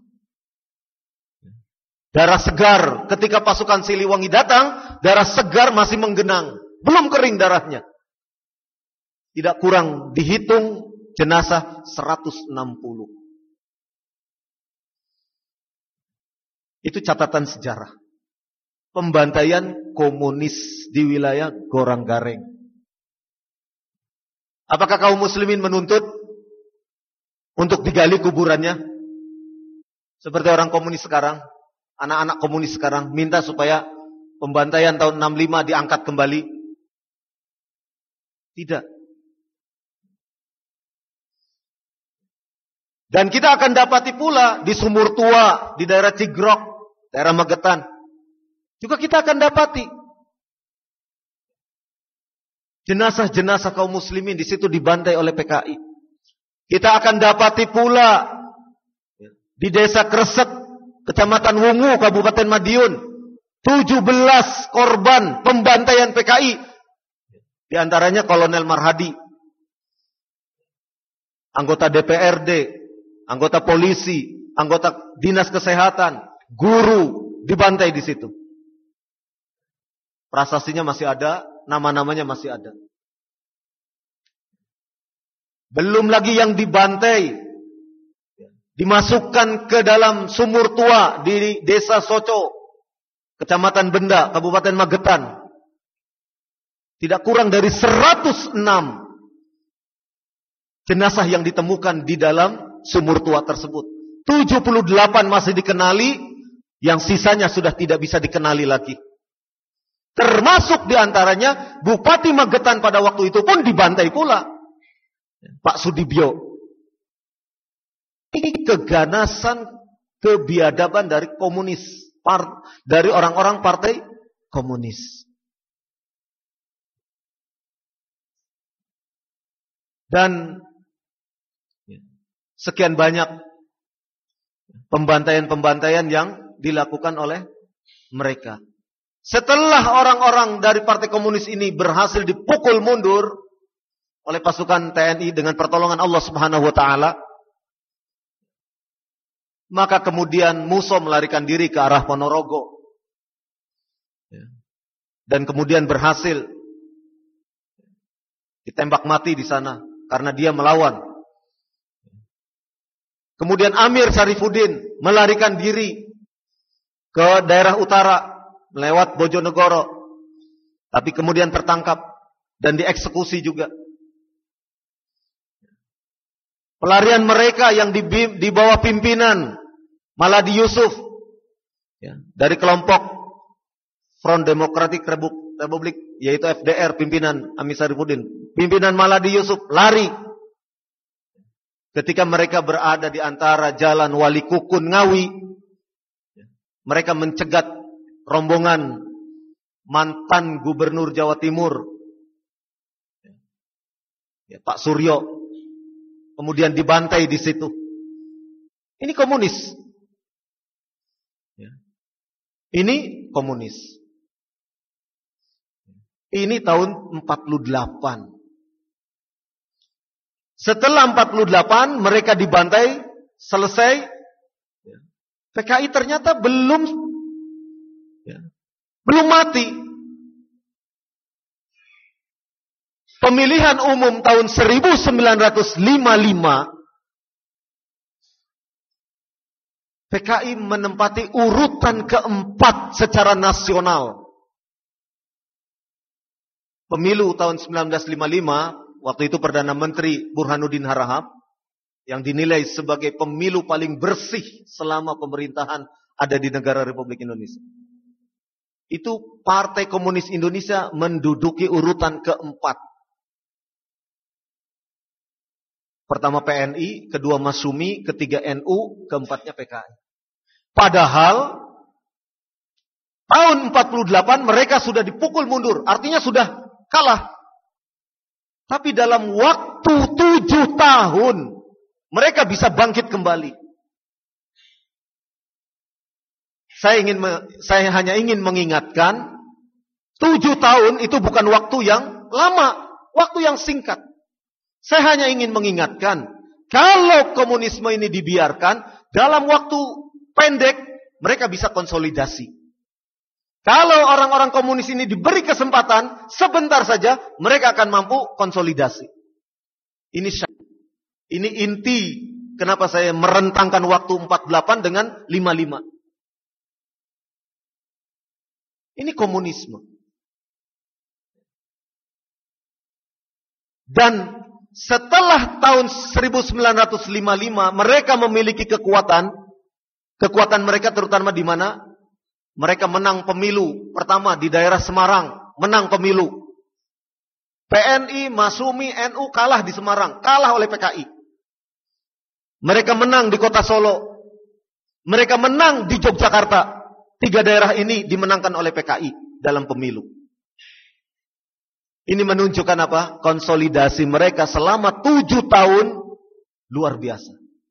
Darah segar ketika pasukan Siliwangi datang, darah segar masih menggenang. Belum kering darahnya. Tidak kurang dihitung jenazah 160. Itu catatan sejarah. Pembantaian komunis di wilayah Goranggareng. Apakah kaum muslimin menuntut untuk digali kuburannya? Seperti orang komunis sekarang, anak-anak komunis sekarang minta supaya pembantaian tahun 65 diangkat kembali. Tidak. Dan kita akan dapati pula di Sumur Tua, di daerah Cigrok, daerah Magetan, juga kita akan dapati jenazah-jenazah kaum muslimin di situ dibantai oleh PKI. Kita akan dapati pula di Desa Kresek, Kecamatan Wungu, Kabupaten Madiun, 17 korban pembantaian PKI. Di antaranya Kolonel Marhadi, anggota DPRD, anggota polisi, anggota dinas kesehatan, guru dibantai di situ. Prasasinya masih ada, nama-namanya masih ada. Belum lagi yang dibantai, dimasukkan ke dalam Sumur Tua di Desa Soco, Kecamatan Benda, Kabupaten Magetan. Tidak kurang dari 106 jenazah yang ditemukan di dalam Sumur Tua tersebut. 78 masih dikenali, yang sisanya sudah tidak bisa dikenali lagi. Termasuk diantaranya Bupati Magetan pada waktu itu pun dibantai pula. Pak Sudibyo. Ini keganasan, kebiadaban dari komunis, dari orang-orang partai komunis. Dan sekian banyak pembantaian-pembantaian yang dilakukan oleh mereka. Setelah orang-orang dari partai komunis ini berhasil dipukul mundur oleh pasukan TNI dengan pertolongan Allah Subhanahu wa taala, maka kemudian Musso melarikan diri ke arah Ponorogo. Dan kemudian berhasil ditembak mati di sana karena dia melawan. Kemudian Amir Syarifuddin melarikan diri ke daerah utara melewat Bojonegoro, tapi kemudian tertangkap dan dieksekusi juga. Pelarian mereka yang di bawah pimpinan Maladi Yusuf dari kelompok Front Democratic Republik, yaitu FDR, pimpinan Amir Syarifuddin, pimpinan Maladi Yusuf lari ketika mereka berada di antara jalan Wali Kukun Ngawi. Mereka mencegat rombongan mantan Gubernur Jawa Timur, Pak Suryo. Kemudian dibantai di situ. Ini komunis. Ini komunis. Ini tahun 48. Setelah 48 mereka dibantai, selesai. PKI ternyata belum mati. Pemilihan umum tahun 1955, PKI menempati urutan keempat secara nasional. Pemilu tahun 1955, waktu itu Perdana Menteri Burhanuddin Harahap, yang dinilai sebagai pemilu paling bersih selama pemerintahan ada di negara Republik Indonesia. Itu Partai Komunis Indonesia menduduki urutan keempat. Pertama PNI, kedua Masyumi, ketiga NU, keempatnya PKI. Padahal tahun 48 mereka sudah dipukul mundur, artinya sudah kalah. Tapi dalam waktu 7 tahun mereka bisa bangkit kembali. Saya hanya ingin mengingatkan, 7 tahun itu bukan waktu yang lama, waktu yang singkat. Saya hanya ingin mengingatkan, kalau komunisme ini dibiarkan, dalam waktu pendek mereka bisa konsolidasi. Kalau orang-orang komunis ini diberi kesempatan, sebentar saja mereka akan mampu konsolidasi. Ini inti kenapa saya merentangkan waktu 48 dengan 55. Ini komunisme. Dan setelah tahun 1955 mereka memiliki kekuatan. Kekuatan mereka terutama di mana? Mereka menang pemilu pertama di daerah Semarang, menang pemilu. PNI, Masyumi, NU kalah di Semarang, kalah oleh PKI. Mereka menang di kota Solo. Mereka menang di Yogyakarta. 3 daerah ini dimenangkan oleh PKI dalam pemilu. Ini menunjukkan apa? Konsolidasi mereka selama 7 tahun luar biasa.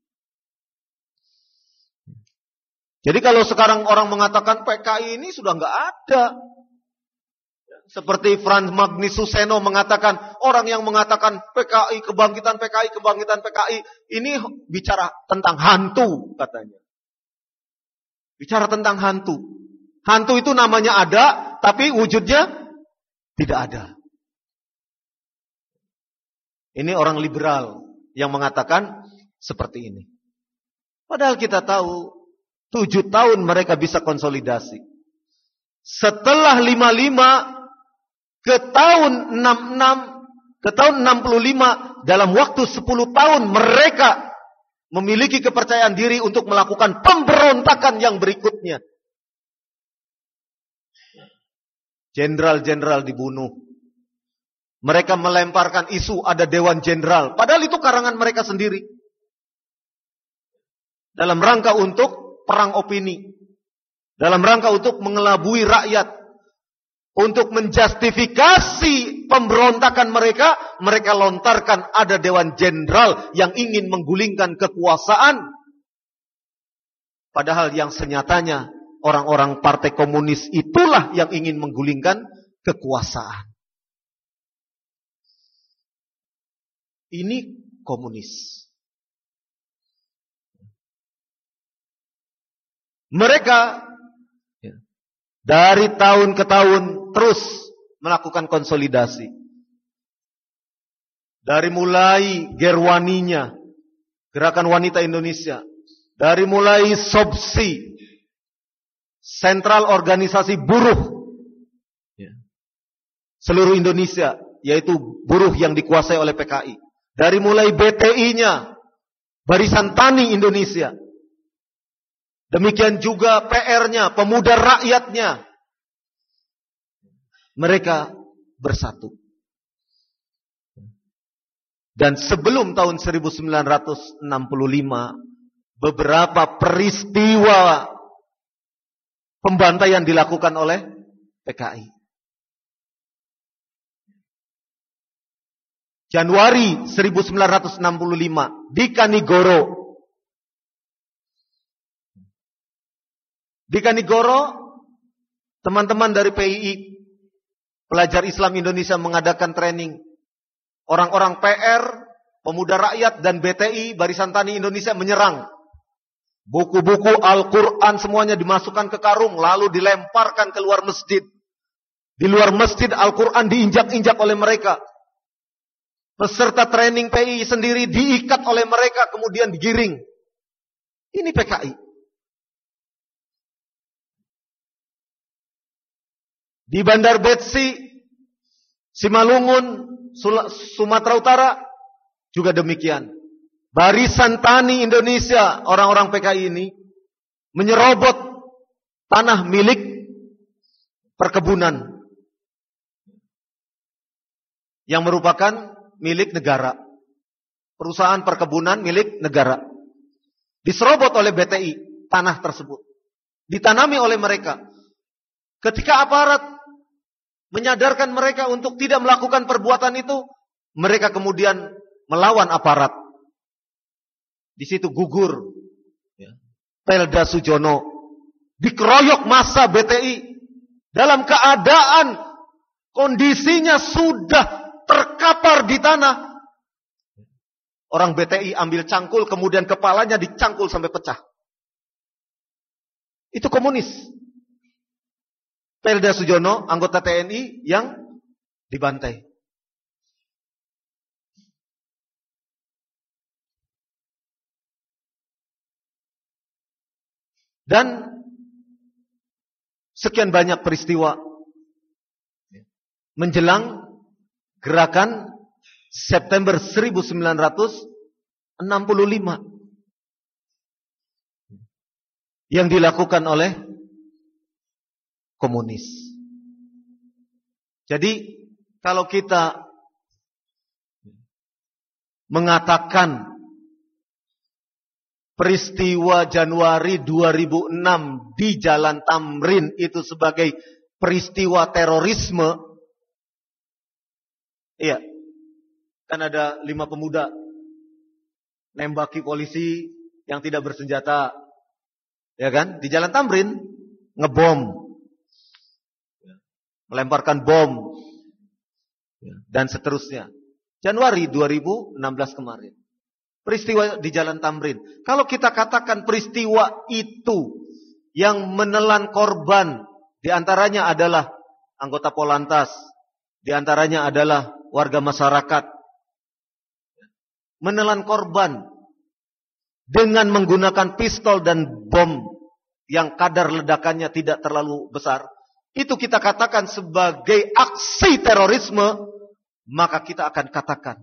Jadi kalau sekarang orang mengatakan PKI ini sudah nggak ada. Seperti Frans Magni Suseno mengatakan, orang yang mengatakan PKI, kebangkitan PKI, kebangkitan PKI, ini bicara tentang hantu katanya. Bicara tentang hantu. Hantu itu namanya ada, tapi wujudnya tidak ada. Ini orang liberal yang mengatakan seperti ini. Padahal kita tahu 7 tahun mereka bisa konsolidasi. Setelah 55 ke tahun 66, ke tahun 65, dalam waktu 10 tahun mereka memiliki kepercayaan diri untuk melakukan pemberontakan yang berikutnya. Jenderal-jenderal dibunuh. Mereka melemparkan isu ada Dewan Jenderal. Padahal itu karangan mereka sendiri. Dalam rangka untuk perang opini. Dalam rangka untuk mengelabui rakyat. Untuk menjustifikasi pemberontakan mereka. Mereka lontarkan ada Dewan Jenderal yang ingin menggulingkan kekuasaan. Padahal yang senyatanya orang-orang partai komunis itulah yang ingin menggulingkan kekuasaan. Ini komunis. Mereka dari tahun ke tahun terus melakukan konsolidasi. Dari mulai Gerwaninya, Gerakan Wanita Indonesia. Dari mulai SOBSI, Sentral Organisasi Buruh seluruh Indonesia, yaitu buruh yang dikuasai oleh PKI. Dari mulai BTI-nya, Barisan Tani Indonesia. Demikian juga PR-nya, Pemuda Rakyatnya. Mereka bersatu. Dan sebelum tahun 1965, beberapa peristiwa pembantaian dilakukan oleh PKI. Januari 1965 di Kanigoro. Di Kanigoro, teman-teman dari PII, Pelajar Islam Indonesia mengadakan training. Orang-orang PR, Pemuda Rakyat dan BTI, Barisan Tani Indonesia menyerang. Buku-buku Al-Quran semuanya dimasukkan ke karung, lalu dilemparkan ke luar masjid. Di luar masjid Al-Quran diinjak-injak oleh mereka. Peserta training PI sendiri diikat oleh mereka, kemudian digiring. Ini PKI. Di Bandar Betsi, Simalungun, Sumatera Utara, juga demikian. Barisan Tani Indonesia, orang-orang PKI ini, menyerobot tanah milik perkebunan. Yang merupakan milik negara. Perusahaan perkebunan milik negara. Diserobot oleh BTI tanah tersebut. Ditanami oleh mereka. Ketika aparat menyadarkan mereka untuk tidak melakukan perbuatan itu, mereka kemudian melawan aparat. Di situ gugur Pelda Sujono. Dikeroyok massa BTI. Dalam keadaan kondisinya sudah terkapar di tanah. Orang BTI ambil cangkul, kemudian kepalanya dicangkul sampai pecah. Itu komunis. Pelda Sujono, anggota TNI yang dibantai. Dan sekian banyak peristiwa menjelang Gerakan September 1965 yang dilakukan oleh komunis. Jadi kalau kita mengatakan peristiwa Januari 2006 di Jalan Tamrin itu sebagai peristiwa terorisme, iya, kan ada 5 pemuda nembaki polisi yang tidak bersenjata, ya kan? Di Jalan Tamrin ngebom, melemparkan bom, dan seterusnya. Januari 2016 kemarin, peristiwa di Jalan Tamrin. Kalau kita katakan peristiwa itu yang menelan korban, diantaranya adalah anggota Polantas, diantaranya adalah warga masyarakat, menelan korban dengan menggunakan pistol dan bom yang kadar ledakannya tidak terlalu besar, itu kita katakan sebagai aksi terorisme, maka kita akan katakan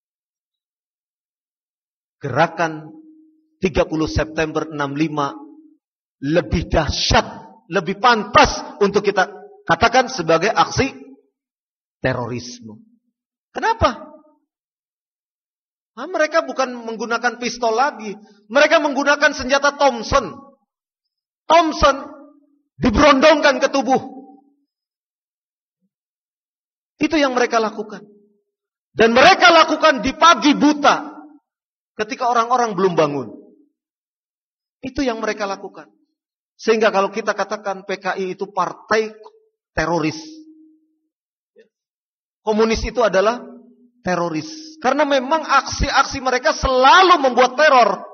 Gerakan 30 September 65 lebih dahsyat, lebih pantas untuk kita katakan sebagai aksi terorisme. Kenapa? Nah, mereka bukan menggunakan pistol lagi. Mereka menggunakan senjata Thompson. Thompson diberondongkan ke tubuh. Itu yang mereka lakukan. Dan mereka lakukan di pagi buta. Ketika orang-orang belum bangun. Itu yang mereka lakukan. Sehingga kalau kita katakan PKI itu partai teroris. Komunis itu adalah teroris. Karena memang aksi-aksi mereka selalu membuat teror.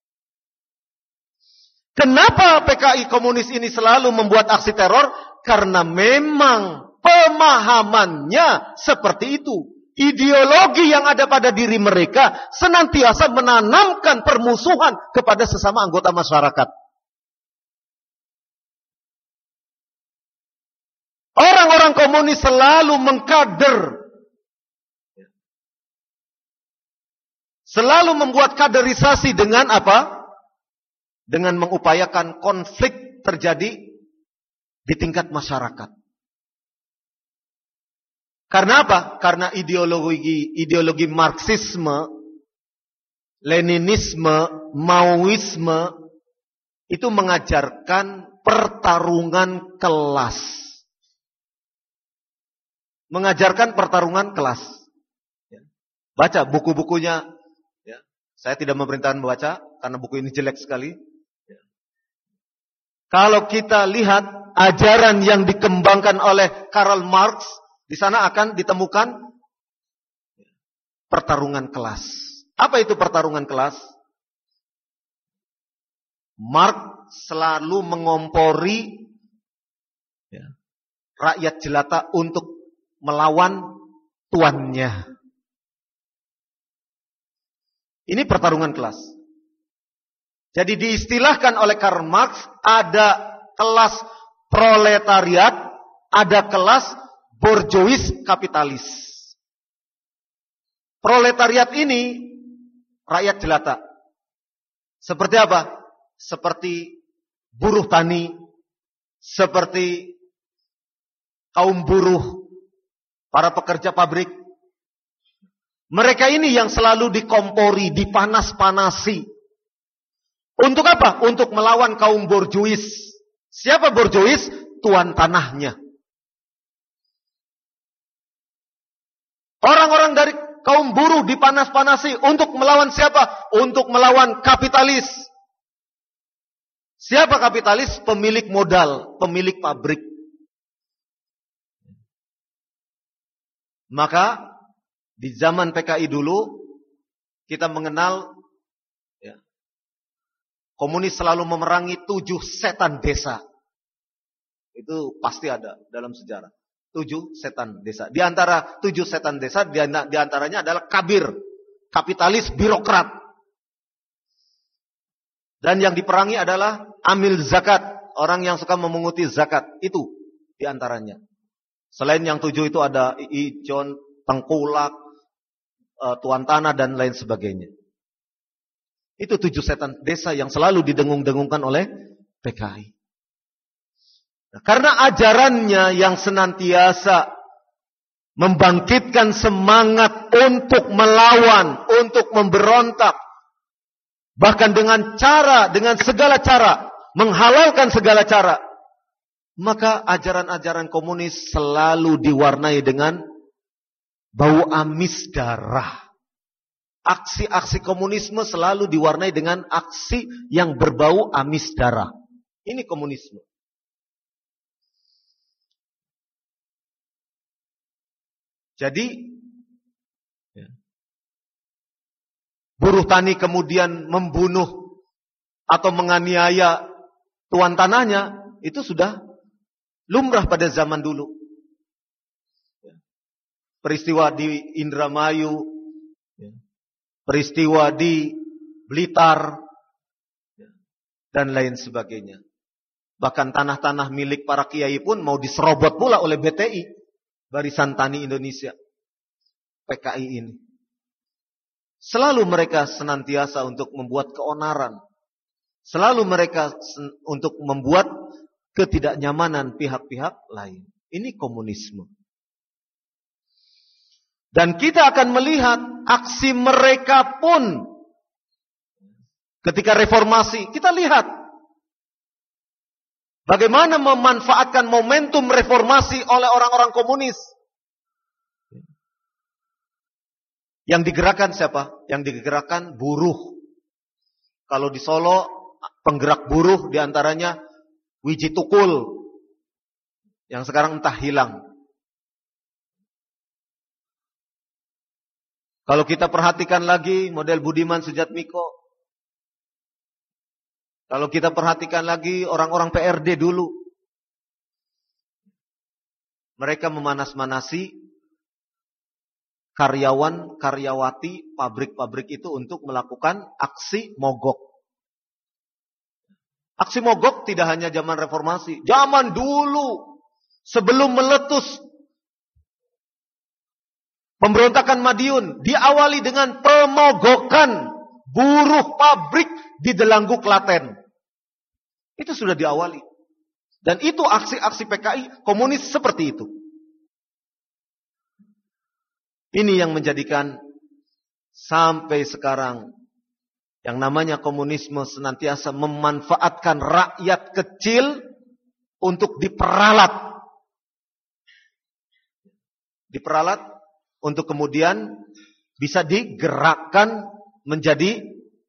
Kenapa PKI komunis ini selalu membuat aksi teror? Karena memang pemahamannya seperti itu. Ideologi yang ada pada diri mereka senantiasa menanamkan permusuhan kepada sesama anggota masyarakat. Orang-orang komunis selalu mengkader. Selalu membuat kaderisasi dengan apa? Dengan mengupayakan konflik terjadi di tingkat masyarakat. Karena apa? Karena ideologi Marxisme, Leninisme, Maoisme itu mengajarkan pertarungan kelas. Mengajarkan pertarungan kelas. Baca buku-bukunya. Saya tidak memerintahkan membaca karena buku ini jelek sekali. Kalau kita lihat ajaran yang dikembangkan oleh Karl Marx, di sana akan ditemukan pertarungan kelas. Apa itu pertarungan kelas? Marx selalu mengompori rakyat jelata untuk melawan tuannya. Ini pertarungan kelas. Jadi diistilahkan oleh Karl Marx, ada kelas proletariat, ada kelas borjuis kapitalis. Proletariat ini rakyat jelata. Seperti apa? Seperti buruh tani, seperti kaum buruh, para pekerja pabrik. Mereka ini yang selalu dikompori, dipanas-panasi. Untuk apa? Untuk melawan kaum borjuis. Siapa borjuis? Tuan tanahnya. Orang-orang dari kaum buruh dipanas-panasi. Untuk melawan siapa? Untuk melawan kapitalis. Siapa kapitalis? Pemilik modal, pemilik pabrik. Maka di zaman PKI dulu, kita mengenal komunis selalu memerangi 7 setan desa. Itu pasti ada dalam sejarah. 7 setan desa. Di antara 7 setan desa, di antaranya adalah kabir, kapitalis, birokrat. Dan yang diperangi adalah amil zakat, orang yang suka memunguti zakat. Itu di antaranya. Selain yang 7 itu ada ijon, tengkulak, tuan tanah dan lain sebagainya. Itu 7 setan desa yang selalu didengung-dengungkan oleh PKI. Nah, karena ajarannya yang senantiasa membangkitkan semangat untuk melawan, untuk memberontak, bahkan dengan segala cara, menghalalkan segala cara, maka ajaran-ajaran komunis selalu diwarnai dengan bau amis darah. Aksi-aksi komunisme selalu diwarnai dengan aksi yang berbau amis darah. Ini komunisme. Jadi, buruh tani kemudian membunuh atau menganiaya tuan tanahnya, itu sudah lumrah pada zaman dulu. Peristiwa di Indramayu, peristiwa di Blitar, dan lain sebagainya. Bahkan tanah-tanah milik para kiai pun mau diserobot pula oleh BTI, Barisan Tani Indonesia, PKI ini. Selalu mereka senantiasa untuk membuat keonaran. Selalu mereka untuk membuat ketidaknyamanan pihak-pihak lain. Ini komunisme. Dan kita akan melihat aksi mereka pun ketika reformasi. Kita lihat bagaimana memanfaatkan momentum reformasi oleh orang-orang komunis. Yang digerakkan siapa? Yang digerakkan buruh. Kalau di Solo, penggerak buruh diantaranya Wiji Tukul, yang sekarang entah hilang. Kalau kita perhatikan lagi model Budiman Sujatmiko, kalau kita perhatikan lagi orang-orang PRD dulu, mereka memanas-manasi karyawan, karyawati, pabrik-pabrik itu untuk melakukan aksi mogok. Aksi mogok tidak hanya zaman reformasi, zaman dulu sebelum meletus pemberontakan Madiun diawali dengan pemogokan buruh pabrik di Delanggu, Klaten. Itu sudah diawali. Dan itu aksi-aksi PKI komunis seperti itu. Ini yang menjadikan sampai sekarang yang namanya komunisme senantiasa memanfaatkan rakyat kecil untuk diperalat. Diperalat untuk kemudian bisa digerakkan menjadi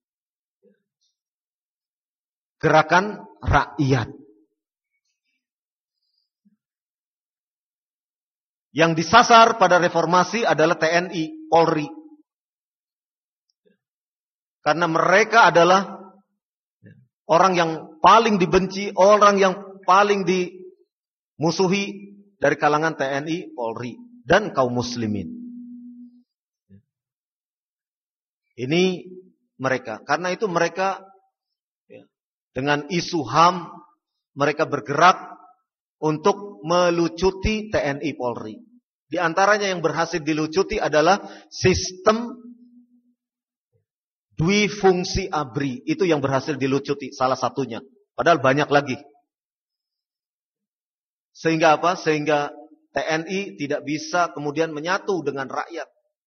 gerakan rakyat. Yang disasar pada reformasi adalah TNI, Polri. Karena mereka adalah orang yang paling dibenci, orang yang paling dimusuhi dari kalangan TNI, Polri, dan kaum muslimin. Ini mereka. Karena itu mereka dengan isu HAM, mereka bergerak untuk melucuti TNI Polri. Di antaranya yang berhasil dilucuti adalah sistem dwifungsi ABRI. Itu yang berhasil dilucuti, salah satunya. Padahal banyak lagi. Sehingga apa? Sehingga TNI tidak bisa kemudian menyatu dengan rakyat.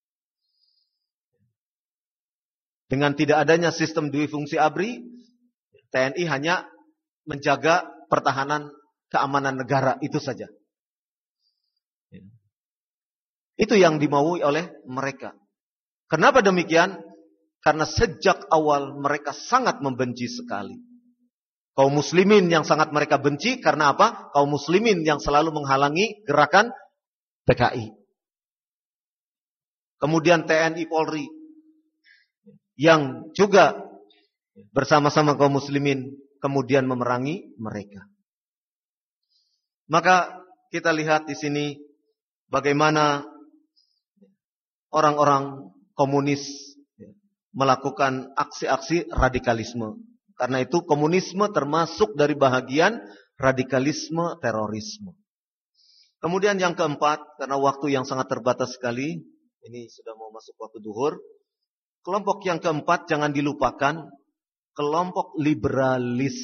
Dengan tidak adanya sistem dwifungsi ABRI, TNI hanya menjaga pertahanan keamanan negara, itu saja. Itu yang dimaui oleh mereka. Kenapa demikian? Karena sejak awal mereka sangat membenci sekali kaum muslimin yang sangat mereka benci. Karena apa? Kaum muslimin yang selalu menghalangi gerakan PKI. Kemudian TNI Polri yang juga bersama-sama kaum muslimin kemudian memerangi mereka. Maka kita lihat di sini bagaimana orang-orang komunis melakukan aksi-aksi radikalisme. Karena itu komunisme termasuk dari bahagian radikalisme terorisme. Kemudian yang keempat, karena waktu yang sangat terbatas sekali, ini sudah mau masuk waktu duhur. Kelompok yang keempat jangan dilupakan, kelompok liberalis.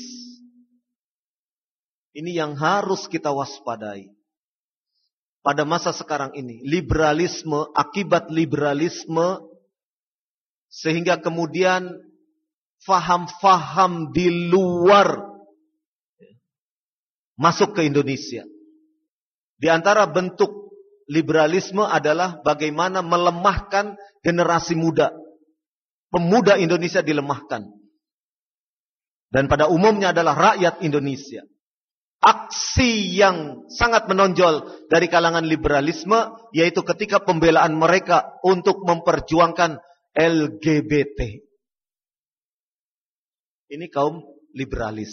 Ini yang harus kita waspadai. Pada masa sekarang ini, liberalisme, akibat liberalisme, sehingga kemudian faham-faham di luar masuk ke Indonesia. Di antara bentuk liberalisme adalah bagaimana melemahkan generasi muda. Pemuda Indonesia dilemahkan. Dan pada umumnya adalah rakyat Indonesia. Aksi yang sangat menonjol dari kalangan liberalisme yaitu ketika pembelaan mereka untuk memperjuangkan LGBT. Ini kaum liberalis.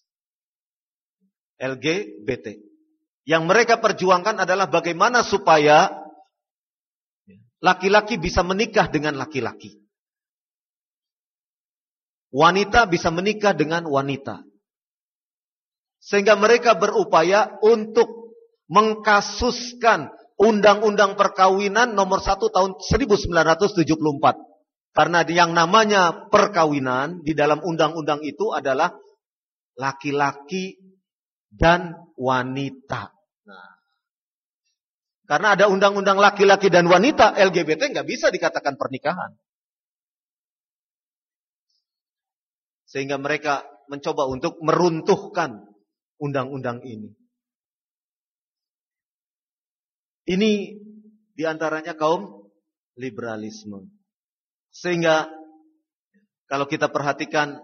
LGBT. Yang mereka perjuangkan adalah bagaimana supaya laki-laki bisa menikah dengan laki-laki. Wanita bisa menikah dengan wanita. Sehingga mereka berupaya untuk mengkasuskan Undang-Undang Perkawinan nomor 1 tahun 1974. Karena yang namanya perkawinan di dalam undang-undang itu adalah laki-laki dan wanita. Nah, Karena ada undang-undang laki-laki dan wanita, LGBT nggak bisa dikatakan pernikahan. Sehingga mereka mencoba untuk meruntuhkan undang-undang ini. Ini diantaranya kaum liberalisme. Sehingga kalau kita perhatikan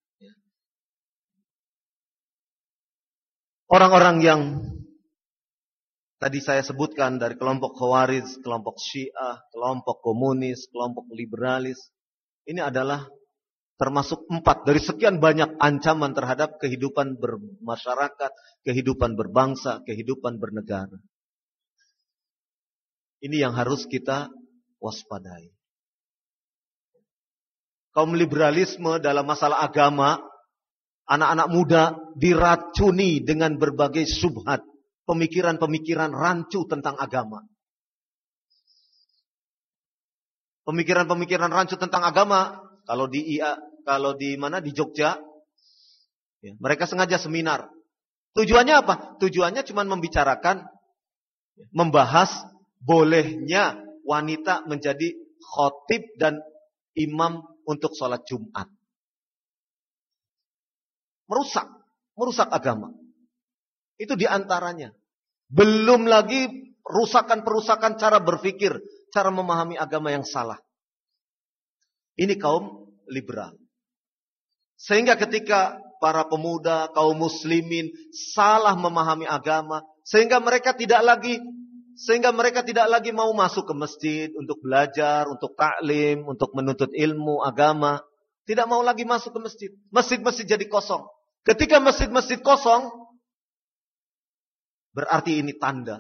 orang-orang yang tadi saya sebutkan dari kelompok Khawarij, kelompok Syiah, kelompok komunis, kelompok liberalis, ini adalah termasuk 4 dari sekian banyak ancaman terhadap kehidupan bermasyarakat, kehidupan berbangsa, kehidupan bernegara. Ini yang harus kita waspadai. Kaum liberalisme dalam masalah agama, anak-anak muda diracuni dengan berbagai syubhat, pemikiran-pemikiran rancu tentang agama. Pemikiran-pemikiran rancu tentang agama, kalau di mana di Jogja, ya, mereka sengaja seminar. Tujuannya apa? Tujuannya cuma membicarakan, membahas bolehnya wanita menjadi khotib dan imam untuk sholat Jumat. Merusak agama. Itu diantaranya. Belum lagi perusakan cara berpikir, cara memahami agama yang salah. Ini kaum liberal. Sehingga ketika para pemuda, kaum muslimin salah memahami agama, sehingga mereka tidak lagi mau masuk ke masjid untuk belajar, untuk taklim, untuk menuntut ilmu agama. Tidak mau lagi masuk ke masjid. Masjid-masjid jadi kosong. Ketika masjid-masjid kosong, berarti ini tanda.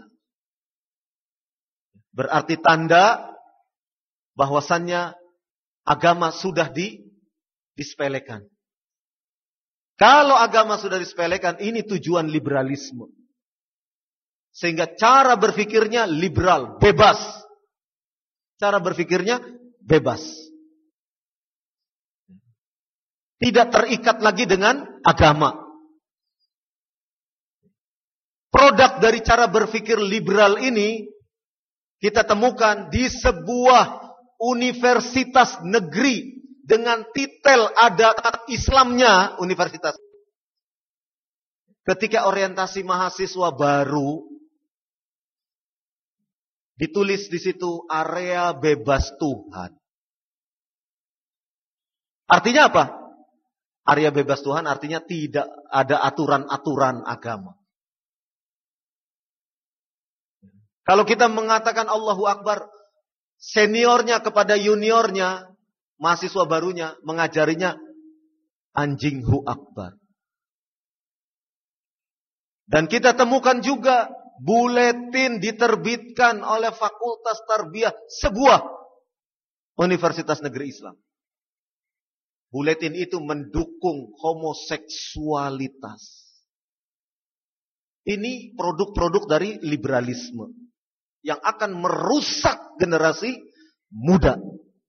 Berarti tanda bahwasannya agama sudah disepelekan. Kalau agama sudah disepelekan, ini tujuan liberalisme. Sehingga cara berpikirnya liberal, bebas. Cara berpikirnya bebas. Tidak terikat lagi dengan agama. Produk dari cara berpikir liberal ini kita temukan di sebuah universitas negeri dengan titel ada Islamnya universitas. Ketika orientasi mahasiswa baru ditulis di situ area bebas Tuhan. Artinya apa? Area bebas Tuhan artinya tidak ada aturan-aturan agama. Kalau kita mengatakan Allahu Akbar, seniornya kepada juniornya, mahasiswa barunya mengajarinya anjinghu akbar. Dan kita temukan juga buletin diterbitkan oleh Fakultas Tarbiyah sebuah universitas negeri Islam. Buletin itu mendukung homoseksualitas. Ini produk-produk dari liberalisme yang akan merusak generasi muda.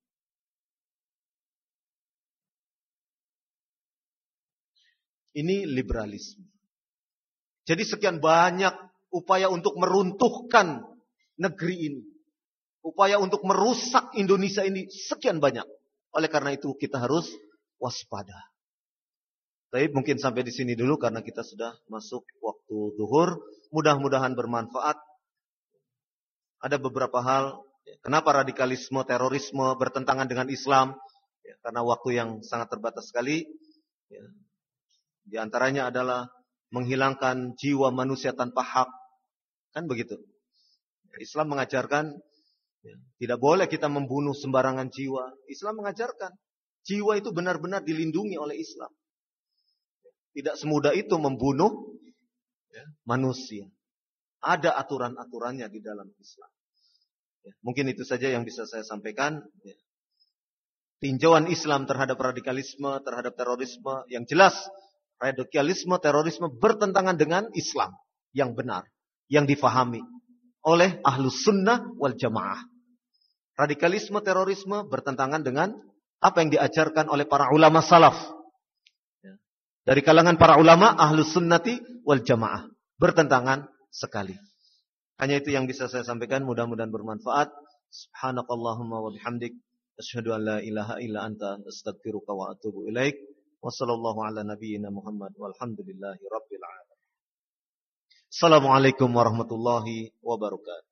Ini liberalisme. Jadi sekian banyak upaya untuk meruntuhkan negeri ini. Upaya untuk merusak Indonesia ini sekian banyak. Oleh karena itu kita harus waspada. Tapi mungkin sampai di sini dulu karena kita sudah masuk waktu zuhur. Mudah-mudahan bermanfaat. Ada beberapa hal. Kenapa radikalisme, terorisme bertentangan dengan Islam? Ya, karena waktu yang sangat terbatas sekali. Ya. Di antaranya adalah menghilangkan jiwa manusia tanpa hak. Kan begitu. Islam mengajarkan ya, tidak boleh kita membunuh sembarangan jiwa. Islam mengajarkan jiwa itu benar-benar dilindungi oleh Islam. Tidak semudah itu membunuh ya, manusia. Ada aturan-aturannya di dalam Islam. Ya, mungkin itu saja yang bisa saya sampaikan. Ya. Tinjauan Islam terhadap radikalisme, terhadap terorisme. Yang jelas, radikalisme, terorisme bertentangan dengan Islam yang benar. Yang difahami oleh Ahlus Sunnah wal Jamaah. Radikalisme, terorisme bertentangan dengan apa yang diajarkan oleh para ulama salaf. Ya. Dari kalangan para ulama Ahlus Sunnati wal Jamaah. Bertentangan sekali. Hanya itu yang bisa saya sampaikan, mudah-mudahan bermanfaat. Subhanakallahumma wa bihamdik, asyhadu an la ilaha illa anta, astaghfiruka wa atubu ilaik. Wassallallahu ala nabiyyina Muhammad walhamdulillahi rabbil alamin. Assalamualaikum warahmatullahi wabarakatuh.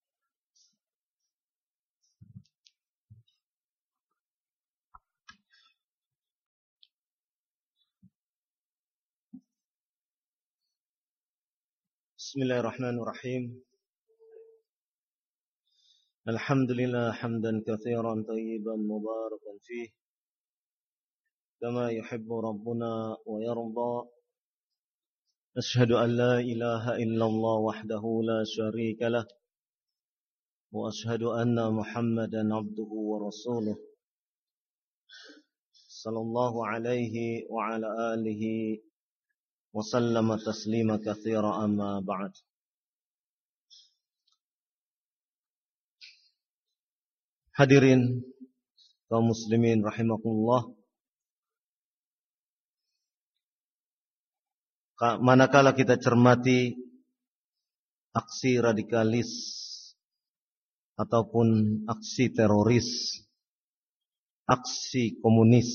Bismillahirrahmanirrahim. Alhamdulillah hamdan katsiran tayyiban mubarakan fih kama yuhibbu rabbuna wa yarda. Asyhadu an la ilaha illallah wahdahu la syarika lah wa asyhadu anna Muhammadan abduhu wa rasuluh sallallahu alaihi wa ala alihi wa sallama taslima katsira amma ba'd. Hadirin kaum muslimin rahimakumullah, manakala kita cermati aksi radikalis ataupun aksi teroris, aksi komunis,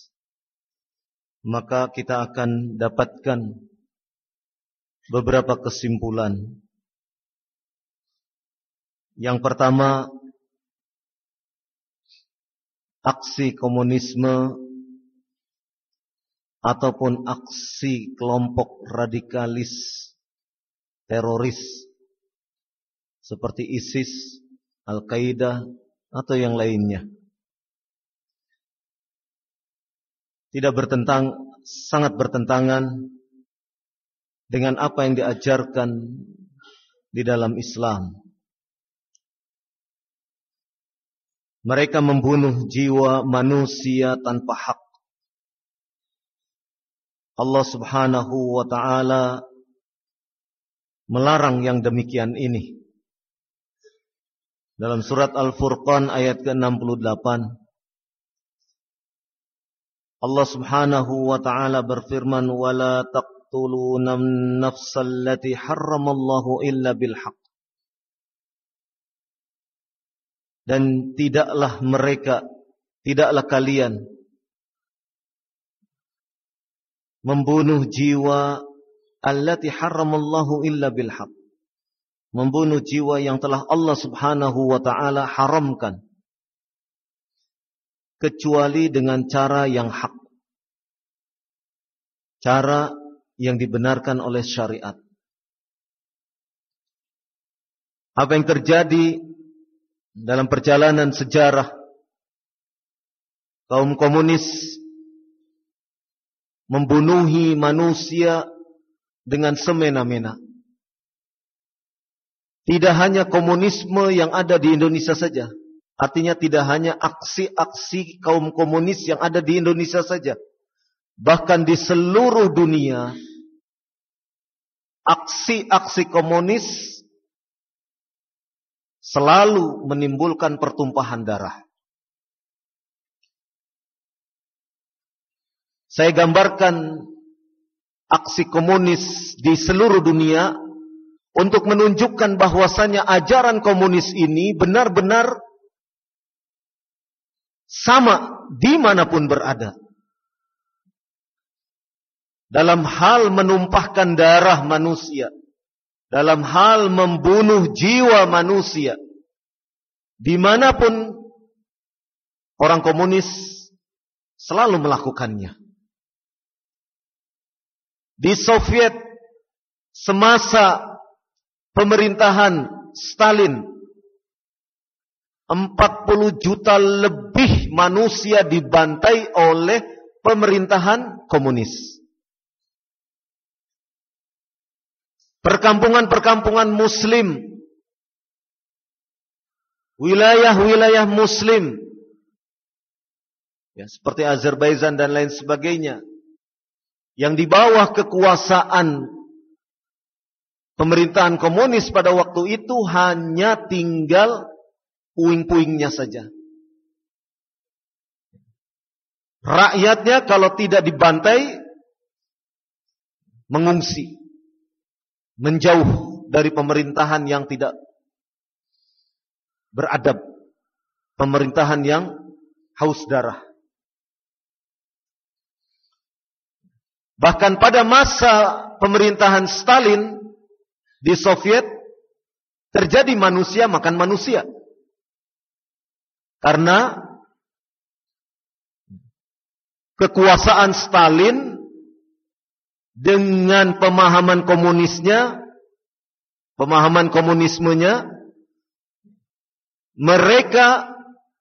maka kita akan dapatkan beberapa kesimpulan. Yang pertama, aksi komunisme ataupun aksi kelompok radikalis teroris seperti ISIS, Al-Qaeda atau yang lainnya sangat bertentangan dengan apa yang diajarkan di dalam Islam. Mereka membunuh jiwa manusia tanpa hak. Allah Subhanahu wa ta'ala melarang yang demikian ini. Dalam surat Al-Furqan ayat ke-68, Allah Subhanahu wa ta'ala berfirman, "Wala taqtuluna an-nafsal lati harramallahu illa bil haqq." Dan tidaklah kalian membunuh jiwa allati harramallahu illa bil haqq, membunuh jiwa yang telah Allah Subhanahu wa ta'ala haramkan kecuali dengan cara yang hak, cara yang dibenarkan oleh syariat. Apa yang terjadi dalam perjalanan sejarah, kaum komunis membunuhi manusia dengan semena-mena. Tidak hanya komunisme yang ada di Indonesia saja. Artinya tidak hanya aksi-aksi kaum komunis yang ada di Indonesia saja. Bahkan di seluruh dunia, aksi-aksi komunis selalu menimbulkan pertumpahan darah. Saya gambarkan aksi komunis di seluruh dunia untuk menunjukkan bahwasanya ajaran komunis ini benar-benar sama dimanapun berada. Dalam hal menumpahkan darah manusia, dalam hal membunuh jiwa manusia, dimanapun orang komunis selalu melakukannya. Di Soviet semasa pemerintahan Stalin, 40 juta lebih manusia dibantai oleh pemerintahan komunis. Perkampungan-perkampungan muslim, wilayah-wilayah muslim, ya, seperti Azerbaijan dan lain sebagainya, yang di bawah kekuasaan pemerintahan komunis pada waktu itu hanya tinggal puing-puingnya saja. Rakyatnya kalau tidak dibantai, mengungsi, menjauh. dari pemerintahan yang tidak beradab, pemerintahan yang haus darah. Bahkan pada masa pemerintahan Stalin di Soviet terjadi manusia makan manusia. Karena kekuasaan Stalin dengan pemahaman komunisnya, pemahaman komunismenya, mereka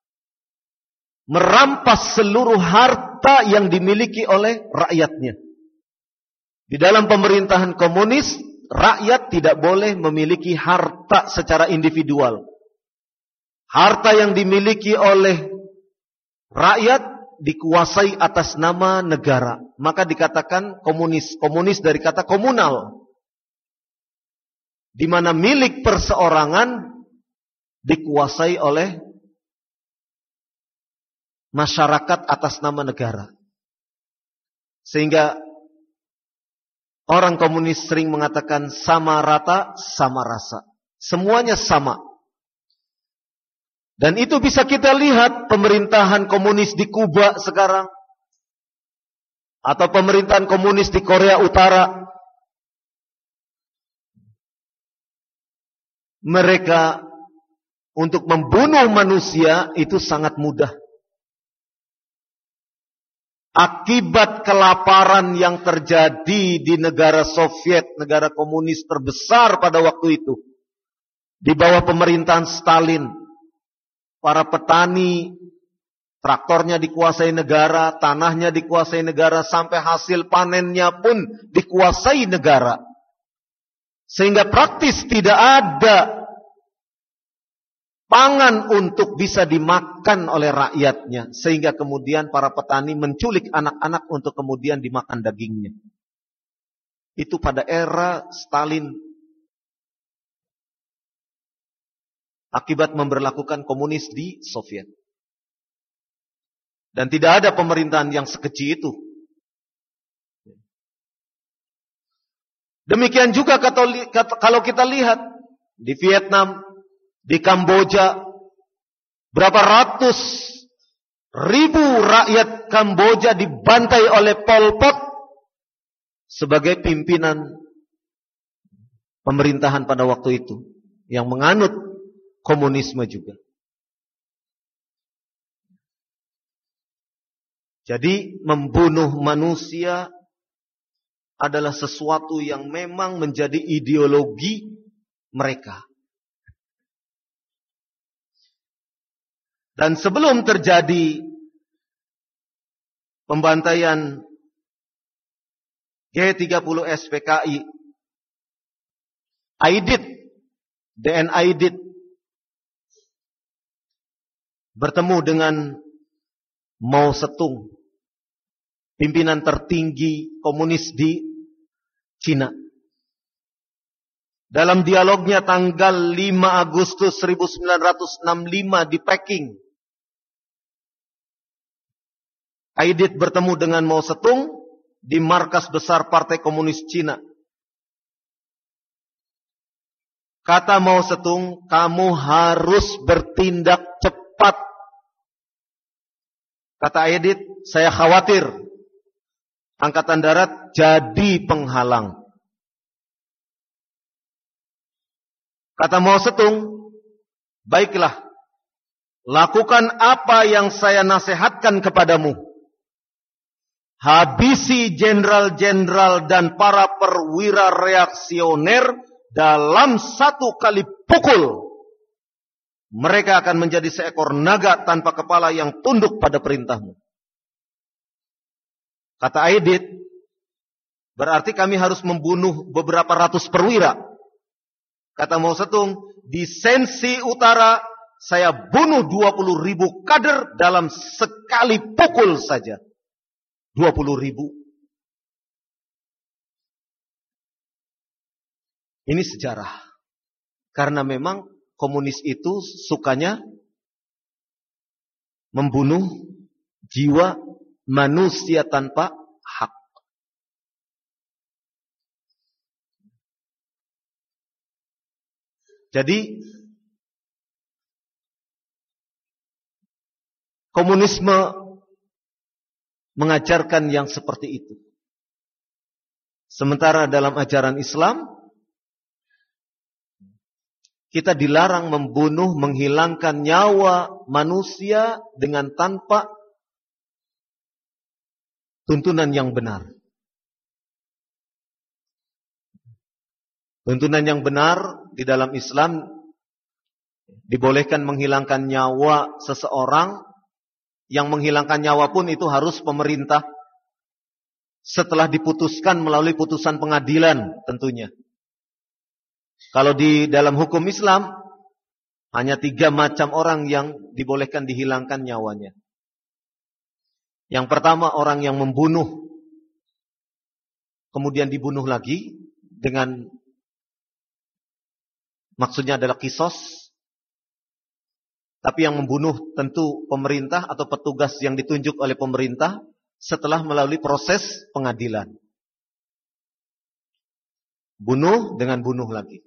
merampas seluruh harta yang dimiliki oleh rakyatnya. Di dalam pemerintahan komunis, rakyat tidak boleh memiliki harta secara individual. Harta yang dimiliki oleh rakyat dikuasai atas nama negara. Maka dikatakan komunis. Komunis dari kata komunal. Di mana milik perseorangan dikuasai oleh masyarakat atas nama negara. Sehingga orang komunis sering mengatakan sama rata, sama rasa. Semuanya sama. Dan itu bisa kita lihat pemerintahan komunis di Kuba sekarang. Atau pemerintahan komunis di Korea Utara. Mereka untuk membunuh manusia itu sangat mudah. Akibat kelaparan yang terjadi di negara Soviet, negara komunis terbesar pada waktu itu, di bawah pemerintahan Stalin, para petani, traktornya dikuasai negara, tanahnya dikuasai negara, sampai hasil panennya pun dikuasai negara. Sehingga praktis tidak ada pangan untuk bisa dimakan oleh rakyatnya. Sehingga kemudian para petani menculik anak-anak untuk kemudian dimakan dagingnya. Itu pada era Stalin. Akibat memberlakukan komunis di Soviet. Dan tidak ada pemerintahan yang sekeji itu. Demikian juga kalau kita lihat di Vietnam, di Kamboja, berapa ratus ribu rakyat Kamboja dibantai oleh Pol Pot sebagai pimpinan pemerintahan pada waktu itu yang menganut komunisme juga. Jadi membunuh manusia adalah sesuatu yang memang menjadi ideologi mereka. Dan sebelum terjadi pembantaian G30 SPKI, Aidit, DN Aidit bertemu dengan Mao Zedong, pimpinan tertinggi komunis di Cina. Dalam dialognya tanggal 5 Agustus 1965 di Peking, Aidit bertemu dengan Mao Zedong di markas besar Partai Komunis Cina. Kata Mao Zedong, kamu harus bertindak cepat. Kata Aidit, saya khawatir Angkatan Darat jadi penghalang. Kata Mao Zedong, baiklah, lakukan apa yang saya nasihatkan kepadamu. Habisi jenderal-jenderal dan para perwira reaksioner dalam satu kali pukul. Mereka akan menjadi seekor naga tanpa kepala yang tunduk pada perintahmu. Kata Aidit, berarti kami harus membunuh beberapa ratus perwira. Kata Mao Zedong, di Sensi Utara saya bunuh 20.000 kader dalam sekali pukul saja. 20.000. Ini sejarah. Karena memang komunis itu sukanya membunuh jiwa manusia tanpa hak. Jadi komunisme mengajarkan yang seperti itu. Sementara dalam ajaran Islam, kita dilarang membunuh, menghilangkan nyawa manusia dengan tanpa tuntunan yang benar. Tuntunan yang benar di dalam Islam dibolehkan menghilangkan nyawa seseorang. Yang menghilangkan nyawa pun itu harus pemerintah setelah diputuskan melalui putusan pengadilan tentunya. Kalau di dalam hukum Islam hanya 3 macam orang yang dibolehkan dihilangkan nyawanya. Yang pertama, orang yang membunuh kemudian dibunuh lagi dengan maksudnya adalah qisas. Tapi yang membunuh tentu pemerintah atau petugas yang ditunjuk oleh pemerintah setelah melalui proses pengadilan. Bunuh dengan bunuh lagi.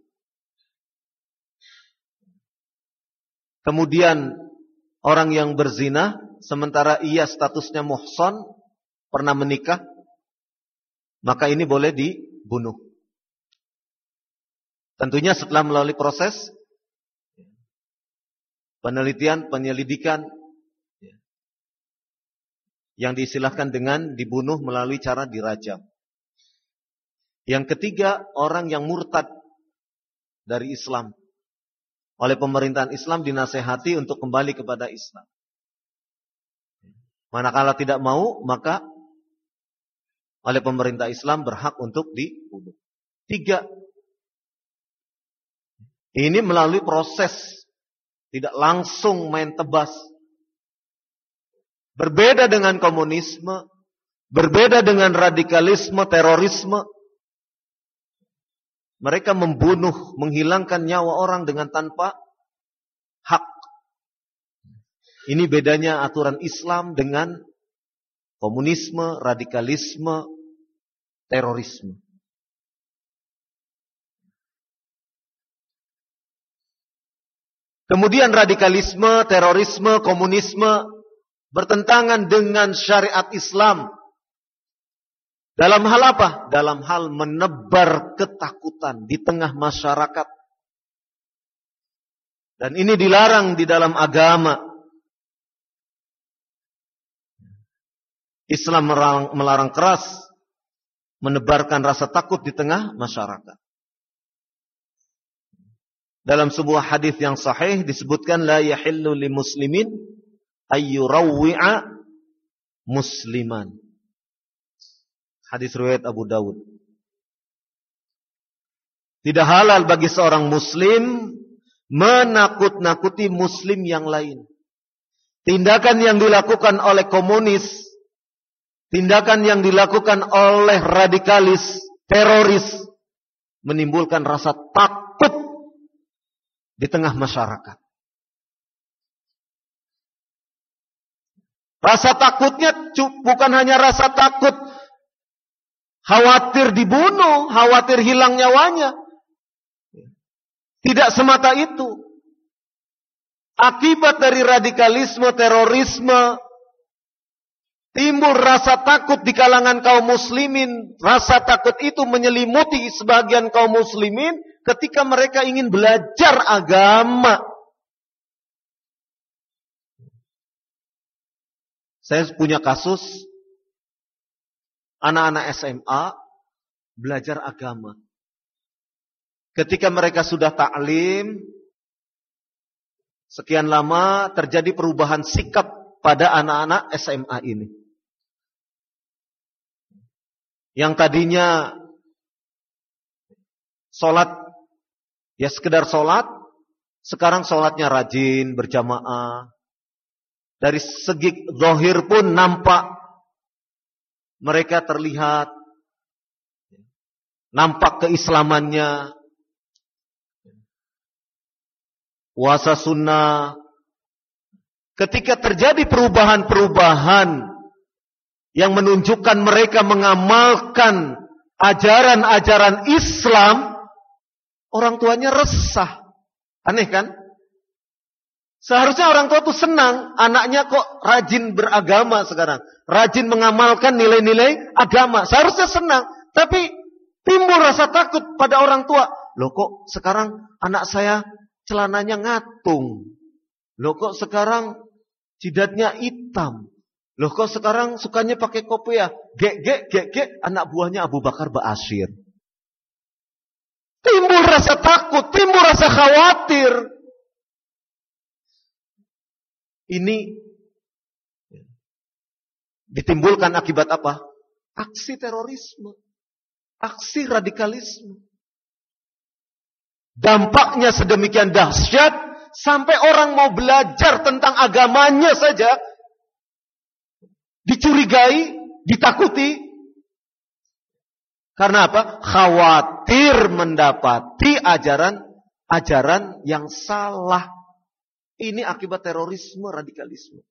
Kemudian orang yang berzina sementara ia statusnya muhsan, pernah menikah, maka ini boleh dibunuh. Tentunya setelah melalui proses penelitian, penyelidikan yang diistilahkan dengan dibunuh melalui cara dirajam. Yang ketiga, orang yang murtad dari Islam. Oleh pemerintahan Islam dinasehati untuk kembali kepada Islam. Manakala tidak mau, maka oleh pemerintah Islam berhak untuk dibunuh. 3. Ini melalui proses, tidak langsung main tebas. Berbeda dengan komunisme, berbeda dengan radikalisme, terorisme. Mereka membunuh, menghilangkan nyawa orang dengan tanpa hak. Ini bedanya aturan Islam dengan komunisme, radikalisme, terorisme. Kemudian radikalisme, terorisme, komunisme bertentangan dengan syariat Islam. Dalam hal apa? Dalam hal menebar ketakutan di tengah masyarakat. Dan ini dilarang di dalam agama. Islam melarang keras menebarkan rasa takut di tengah masyarakat. Dalam sebuah hadis yang sahih disebutkan la yahillu li muslimin ayyurawwi'a musliman. Hadis riwayat Abu Dawud. Tidak halal bagi seorang muslim menakut-nakuti muslim yang lain. Tindakan yang dilakukan oleh komunis, tindakan yang dilakukan oleh radikalis, teroris menimbulkan rasa takut di tengah masyarakat. Rasa takutnya bukan hanya rasa takut khawatir dibunuh, khawatir hilang nyawanya. Tidak semata itu. Akibat dari radikalisme, terorisme, timbul rasa takut di kalangan kaum muslimin. Rasa takut itu menyelimuti sebagian kaum muslimin ketika mereka ingin belajar agama. Saya punya kasus anak-anak SMA belajar agama. Ketika mereka sudah taklim, sekian lama terjadi perubahan sikap pada anak-anak SMA ini. Yang tadinya sholat, ya sekedar sholat, sekarang sholatnya rajin, berjamaah. Dari segi zahir pun nampak mereka terlihat, nampak keislamannya, puasa sunnah. Ketika terjadi perubahan-perubahan yang menunjukkan mereka mengamalkan ajaran-ajaran Islam, orang tuanya resah. Aneh kan? Seharusnya orang tua tuh senang, anaknya kok rajin beragama sekarang. Rajin mengamalkan nilai-nilai agama. Seharusnya senang. Tapi timbul rasa takut pada orang tua. Loh kok sekarang anak saya celananya ngatung. Loh kok sekarang jidatnya hitam. Loh kok sekarang sukanya pakai kopiah. Gek, anak buahnya Abu Bakar Ba'asyir. Timbul rasa takut, timbul rasa khawatir. Ini ditimbulkan akibat apa? Aksi terorisme, aksi radikalisme. Dampaknya sedemikian dahsyat sampai orang mau belajar tentang agamanya saja dicurigai, ditakuti. Karena apa? Khawatir mendapati ajaran yang salah. Ini akibat terorisme, radikalisme.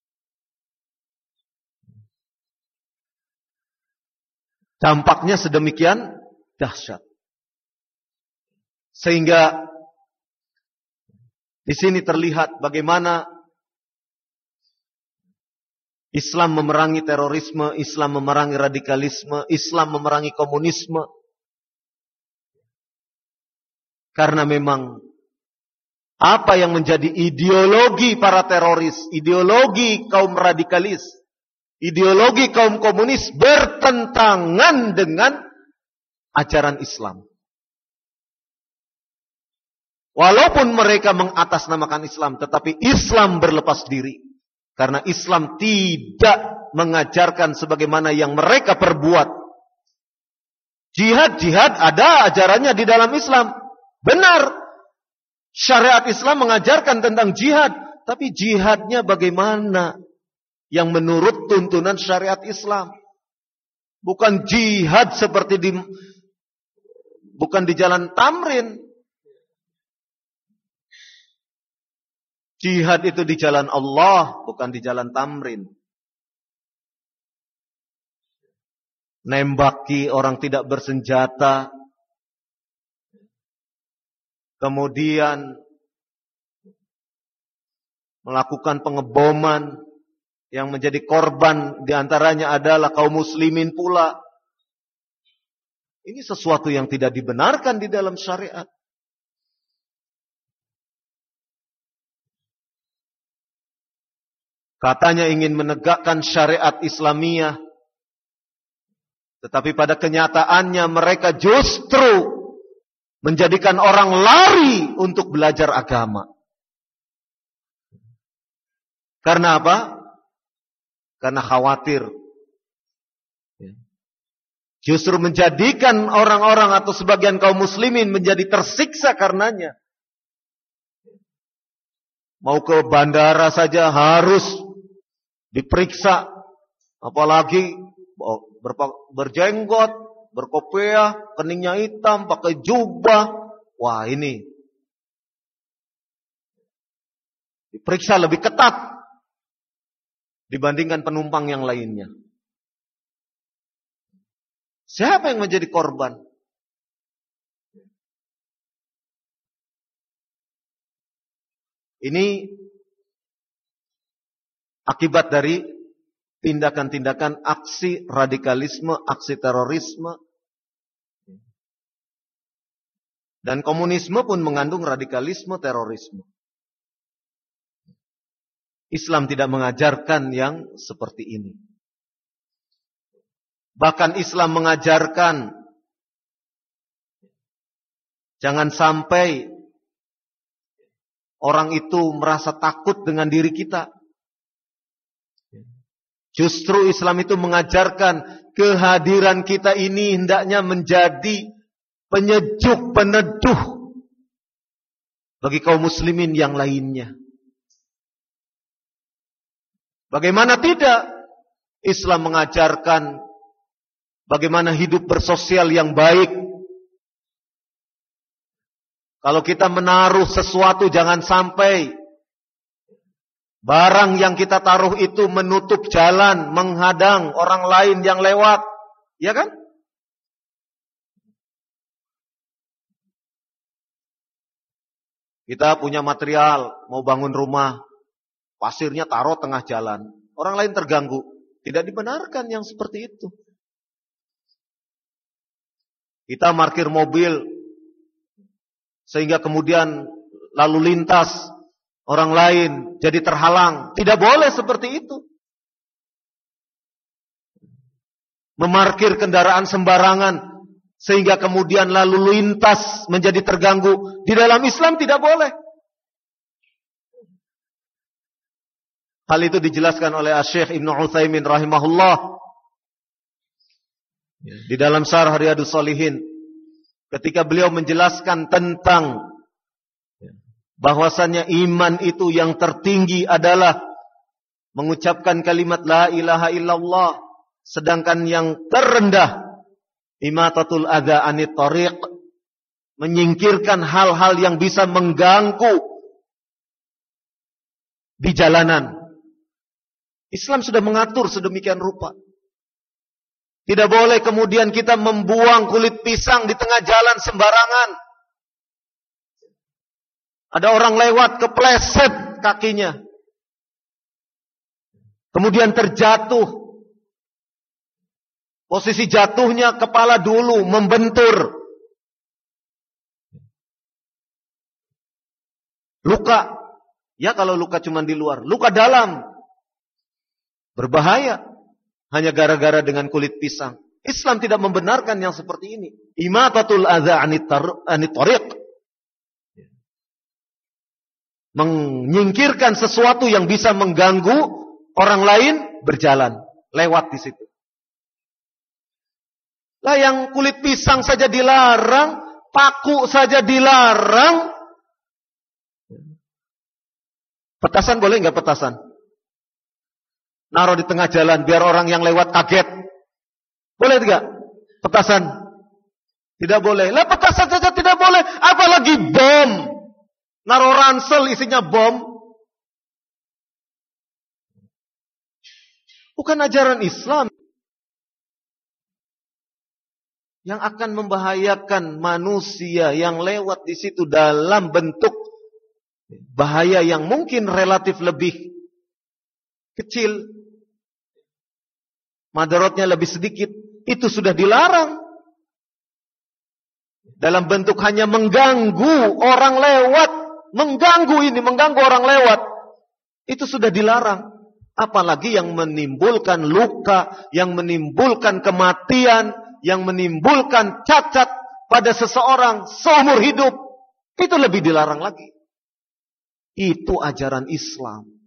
Dampaknya sedemikian dahsyat. Sehingga di sini terlihat bagaimana Islam memerangi terorisme, Islam memerangi radikalisme, Islam memerangi komunisme. Karena memang apa yang menjadi ideologi para teroris, ideologi kaum radikalis, ideologi kaum komunis bertentangan dengan ajaran Islam. Walaupun mereka mengatasnamakan Islam, tetapi Islam berlepas diri. Karena Islam tidak mengajarkan sebagaimana yang mereka perbuat. Jihad ada ajarannya di dalam Islam. Benar. Syariat Islam mengajarkan tentang jihad. Tapi jihadnya bagaimana? Yang menurut tuntunan syariat Islam. Bukan jihad seperti bukan di jalan Tamrin. Jihad itu di jalan Allah, bukan di jalan Tamrin. Nembaki orang tidak bersenjata. Kemudian melakukan pengeboman yang menjadi korban diantaranya adalah kaum muslimin pula. Ini sesuatu yang tidak dibenarkan di dalam syariat. Katanya ingin menegakkan syariat Islamiyah, tetapi pada kenyataannya mereka justru menjadikan orang lari untuk belajar agama. Karena apa? Karena khawatir. Justru menjadikan orang-orang atau sebagian kaum muslimin menjadi tersiksa karenanya. Mau ke bandara saja harus diperiksa. Apalagi berjenggot, berkopiah, keningnya hitam, pakai jubah. Wah, ini diperiksa lebih ketat dibandingkan penumpang yang lainnya. Siapa yang menjadi korban? Ini akibat dari tindakan-tindakan aksi radikalisme, aksi terorisme. Dan komunisme pun mengandung radikalisme, terorisme. Islam tidak mengajarkan yang seperti ini. Bahkan Islam mengajarkan jangan sampai orang itu merasa takut dengan diri kita. Justru Islam itu mengajarkan kehadiran kita ini hendaknya menjadi penyejuk, peneduh bagi kaum muslimin yang lainnya. Bagaimana tidak? Islam mengajarkan bagaimana hidup bersosial yang baik. Kalau kita menaruh sesuatu jangan sampai barang yang kita taruh itu menutup jalan, menghadang orang lain yang lewat. Ya kan? Kita punya material, mau bangun rumah, pasirnya taruh tengah jalan. Orang lain terganggu. Tidak dibenarkan yang seperti itu. Kita parkir mobil, sehingga kemudian lalu lintas orang lain jadi terhalang. Tidak boleh seperti itu. Memarkir kendaraan sembarangan, sehingga kemudian lalu lintas menjadi terganggu. Di dalam Islam tidak boleh. Hal itu dijelaskan oleh Syekh Ibnu Utsaimin rahimahullah di dalam Syarah Riyadhus Shalihin, ketika beliau menjelaskan tentang bahwasannya iman itu yang tertinggi adalah mengucapkan kalimat la ilaha illallah, sedangkan yang terendah imatatul adza anit thariq, menyingkirkan hal-hal yang bisa mengganggu di jalanan. Islam sudah mengatur sedemikian rupa. Tidak boleh kemudian kita membuang kulit pisang di tengah jalan sembarangan. Ada orang lewat, kepleset kakinya, kemudian terjatuh. Posisi jatuhnya kepala dulu membentur, luka. Ya kalau luka cuma di luar, luka dalam, berbahaya. Hanya gara-gara dengan kulit pisang. Islam tidak membenarkan yang seperti ini. Imatatul adza anit thariq, menyingkirkan sesuatu yang bisa mengganggu orang lain berjalan, lewat di situ. Lah yang kulit pisang saja dilarang, paku saja dilarang. Petasan boleh nggak petasan? Naruh di tengah jalan biar orang yang lewat kaget. Boleh tidak? Petasan tidak boleh. Lah petasan saja tidak boleh, apalagi bom. Naruh ransel isinya bom. Bukan ajaran Islam yang akan membahayakan manusia yang lewat di situ dalam bentuk bahaya yang mungkin relatif lebih kecil, madaratnya lebih sedikit. Itu sudah dilarang. Dalam bentuk hanya mengganggu orang lewat, mengganggu orang lewat, itu sudah dilarang. Apalagi yang menimbulkan luka, yang menimbulkan kematian, yang menimbulkan cacat pada seseorang seumur hidup, itu lebih dilarang lagi. Itu ajaran Islam.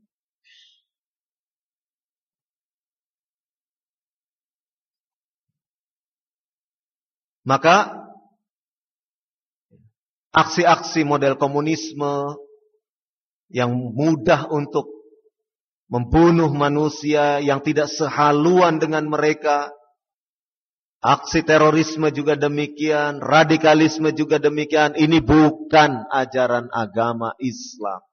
Maka aksi-aksi model komunisme yang mudah untuk membunuh manusia, yang tidak sehaluan dengan mereka, aksi terorisme juga demikian, radikalisme juga demikian, ini bukan ajaran agama Islam.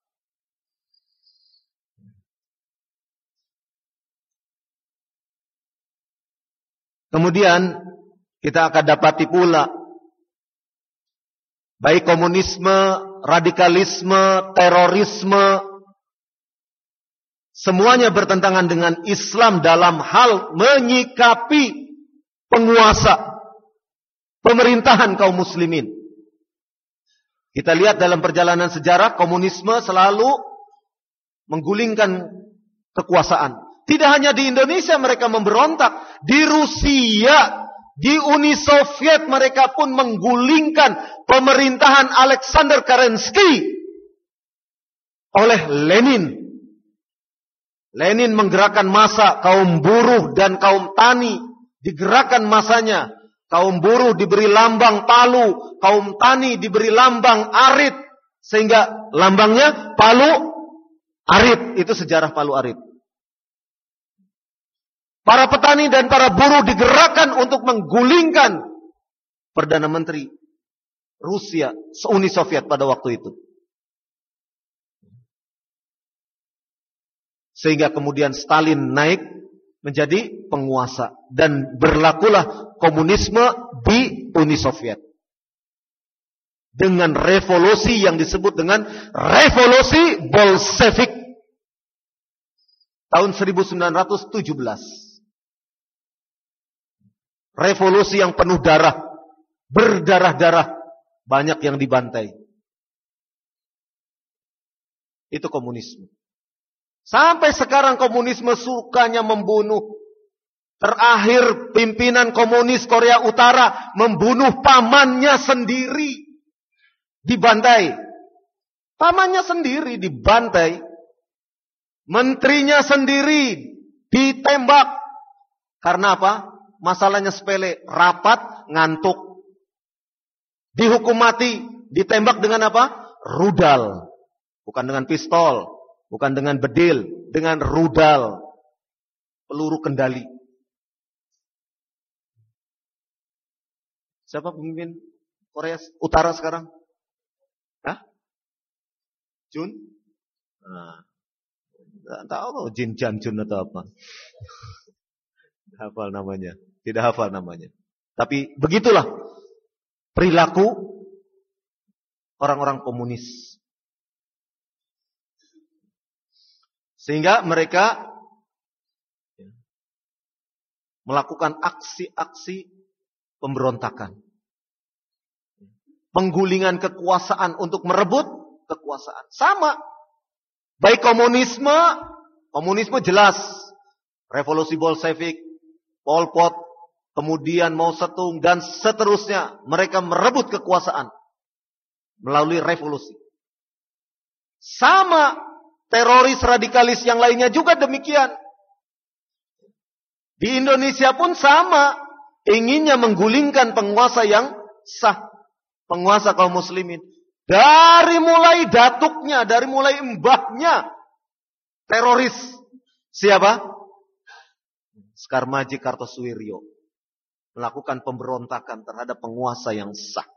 Kemudian kita akan dapati pula baik komunisme, radikalisme, terorisme, semuanya bertentangan dengan Islam dalam hal menyikapi penguasa, pemerintahan kaum muslimin. Kita lihat dalam perjalanan sejarah, komunisme selalu menggulingkan kekuasaan. Tidak hanya di Indonesia mereka memberontak, di Rusia, di Uni Soviet mereka pun menggulingkan pemerintahan Alexander Kerensky oleh Lenin. Lenin menggerakkan massa kaum buruh dan kaum tani, digerakkan massanya. Kaum buruh diberi lambang palu, kaum tani diberi lambang arit, sehingga lambangnya palu arit. Itu sejarah palu arit. Para petani dan para buruh digerakkan untuk menggulingkan Perdana Menteri Rusia, Uni Soviet pada waktu itu. Sehingga kemudian Stalin naik menjadi penguasa. Dan berlakulah komunisme di Uni Soviet. dengan revolusi yang disebut dengan revolusi Bolshevik tahun 1917. Revolusi yang penuh darah, berdarah-darah, banyak yang dibantai. Itu komunisme. Sampai sekarang komunisme sukanya membunuh. Terakhir pimpinan komunis Korea Utara membunuh pamannya sendiri. Dibantai. Pamannya sendiri dibantai. Menterinya sendiri ditembak. Karena apa? Masalahnya sepele. Rapat, ngantuk. Dihukum mati. Ditembak dengan apa? Rudal. Bukan dengan pistol. Bukan dengan bedil. Dengan rudal. Peluru kendali. Siapa pemimpin Korea Utara sekarang? Hah? Jun? Nah, tidak tahu Jin Janjun atau apa. Tidak hafal namanya. Tidak hafal namanya. Tapi begitulah perilaku orang-orang komunis. Sehingga mereka melakukan aksi-aksi pemberontakan. Penggulingan kekuasaan untuk merebut kekuasaan. Sama. Baik komunisme jelas. Revolusi Bolshevik, Pol Pot, kemudian Mao Zedong, dan seterusnya. Mereka merebut kekuasaan melalui revolusi. Sama. Teroris radikalis yang lainnya juga demikian. Di Indonesia pun sama. Inginnya menggulingkan penguasa yang sah. Penguasa kaum muslimin. Dari mulai datuknya, dari mulai mbahnya. Teroris. Siapa? Skarmaji Kartosuwiryo. Melakukan pemberontakan terhadap penguasa yang sah.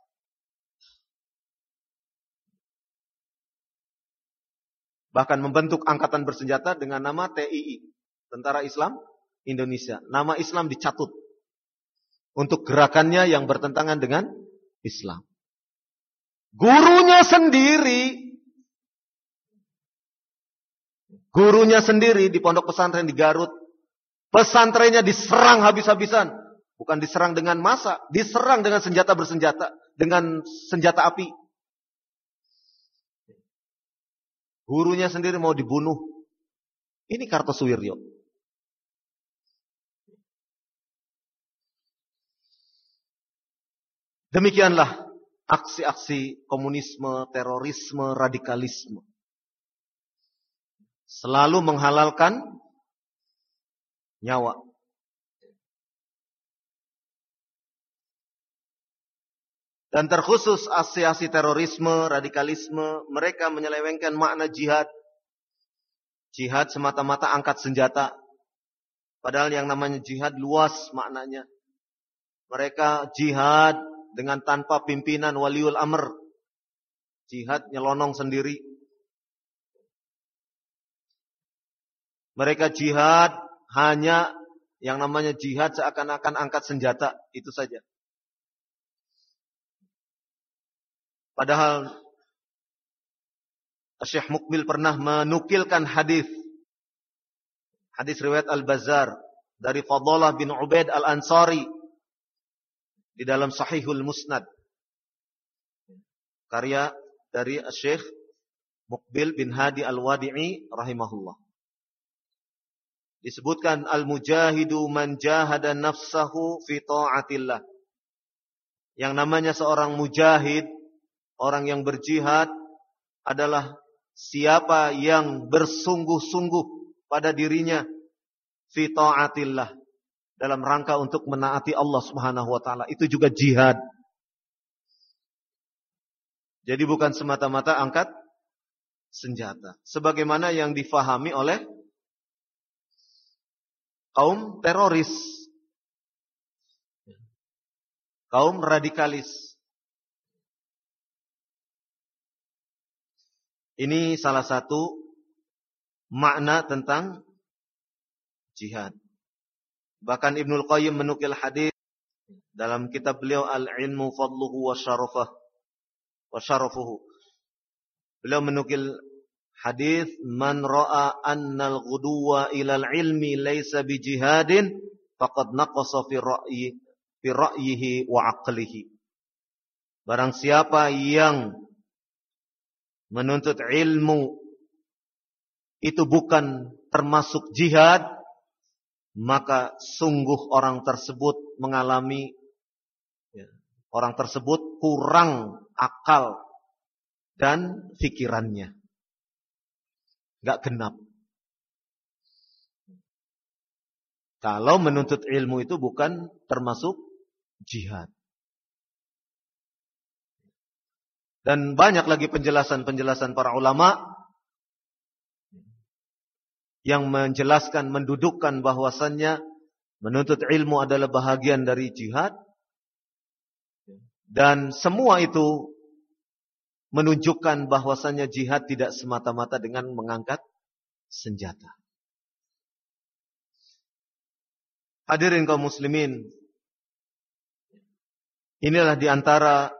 Bahkan membentuk angkatan bersenjata dengan nama TII. Tentara Islam Indonesia. Nama Islam dicatut. Untuk gerakannya yang bertentangan dengan Islam. Gurunya sendiri di pondok pesantren di Garut. Pesantrennya diserang habis-habisan. Bukan diserang dengan massa. Diserang dengan senjata bersenjata. Dengan senjata api. Gurunya sendiri mau dibunuh. Ini Kartosuwiryo. Demikianlah aksi-aksi komunisme, terorisme, radikalisme. Selalu menghalalkan nyawa. Dan terkhusus aksi-aksi terorisme, radikalisme, mereka menyelewengkan makna jihad. Jihad semata-mata angkat senjata. Padahal yang namanya jihad luas maknanya. Mereka jihad dengan tanpa pimpinan waliul amr. Jihad nyelonong sendiri. Mereka jihad hanya yang namanya jihad seakan-akan angkat senjata. Itu saja. Padahal Syekh Mukbil pernah menukilkan hadis riwayat Al-Bazzar dari Fadalah bin Ubaid Al-Ansari di dalam Sahihul Musnad. Karya dari Syekh Mukbil bin Hadi Al-Wadi'i rahimahullah. Disebutkan al-mujahidu man jahada nafsahu fi ta'atillah. Yang namanya seorang mujahid, orang yang berjihad adalah siapa yang bersungguh-sungguh pada dirinya fi ta'atillah, dalam rangka untuk menaati Allah Subhanahu wa taala. Itu juga jihad. Jadi bukan semata-mata angkat senjata sebagaimana yang difahami oleh kaum teroris, kaum radikalis. Ini salah satu makna tentang jihad. Bahkan Ibnul Qayyim menukil hadis dalam kitab beliau Al-Ilmu Fadluhu wa Syarafah. wa syarafuhu. Beliau menukil hadis, man ra'a annal ghuduwa ilal ilmi laisa bijihadin faqad naqasa fi ra'yihi wa aqlihi. Barang siapa yang menuntut ilmu itu bukan termasuk jihad, maka sungguh orang tersebut orang tersebut kurang akal dan pikirannya, enggak genap. Kalau menuntut ilmu itu bukan termasuk jihad. Dan banyak lagi penjelasan-penjelasan para ulama yang menjelaskan, mendudukkan bahwasannya menuntut ilmu adalah bahagian dari jihad. Dan semua itu menunjukkan bahwasannya jihad tidak semata-mata dengan mengangkat senjata. Hadirin kaum muslimin, inilah diantara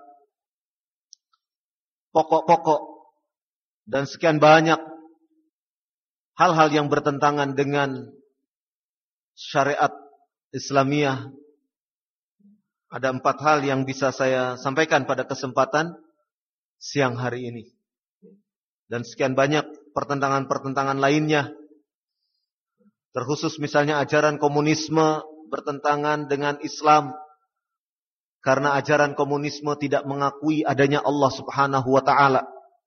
pokok-pokok dan sekian banyak hal-hal yang bertentangan dengan syariat Islamiyah. Ada 4 hal yang bisa saya sampaikan pada kesempatan siang hari ini. Dan sekian banyak pertentangan-pertentangan lainnya. Terkhusus misalnya ajaran komunisme bertentangan dengan Islam. Karena ajaran komunisme tidak mengakui adanya Allah Subhanahu wa ta'ala.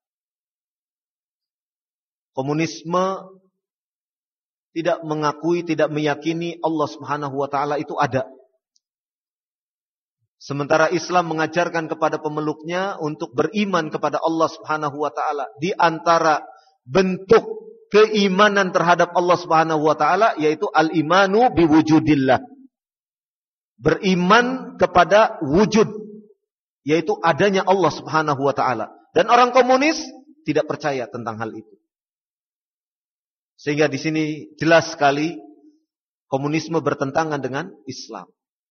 Komunisme tidak mengakui, tidak meyakini Allah Subhanahu wa ta'ala itu ada. Sementara Islam mengajarkan kepada pemeluknya untuk beriman kepada Allah Subhanahu wa ta'ala. Di antara bentuk keimanan terhadap Allah Subhanahu wa ta'ala yaitu al-imanu biwujudillah. Beriman kepada wujud, yaitu adanya Allah Subhanahu wa ta'ala. Dan orang komunis tidak percaya tentang hal itu. Sehingga di sini jelas sekali komunisme bertentangan dengan Islam.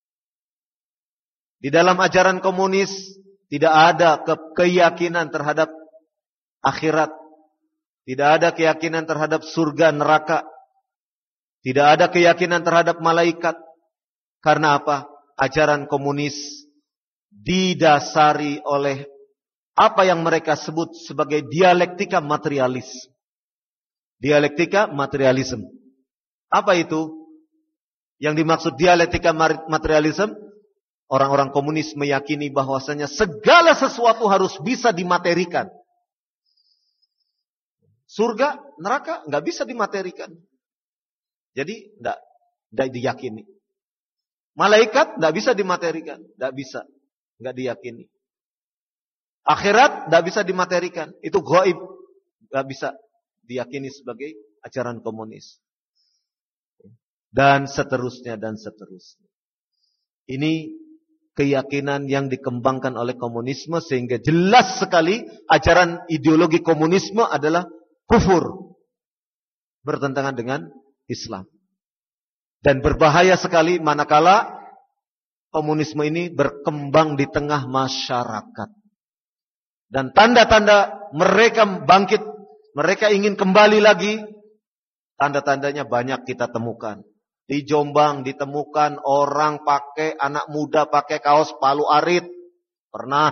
Di dalam ajaran komunis tidak ada keyakinan terhadap akhirat. Tidak ada keyakinan terhadap surga neraka. Tidak ada keyakinan terhadap malaikat. Karena apa? Ajaran komunis didasari oleh apa yang mereka sebut sebagai dialektika materialis. Dialektika materialisme. Apa itu? Yang dimaksud dialektika materialisme? Orang-orang komunis meyakini bahwasanya segala sesuatu harus bisa dimaterikan. Surga, neraka nggak bisa dimaterikan. Jadi nggak diyakini. Malaikat tidak bisa dimaterikan, tidak bisa, nggak diyakini. Akhirat tidak bisa dimaterikan, itu gaib, nggak bisa diyakini sebagai ajaran komunis. Dan seterusnya dan seterusnya. Ini keyakinan yang dikembangkan oleh komunisme sehingga jelas sekali ajaran ideologi komunisme adalah kufur, bertentangan dengan Islam. Dan berbahaya sekali manakala komunisme ini berkembang di tengah masyarakat. Dan tanda-tanda mereka bangkit, mereka ingin kembali lagi, tanda-tandanya banyak kita temukan. Di Jombang ditemukan orang anak muda pakai kaos palu arit. Pernah.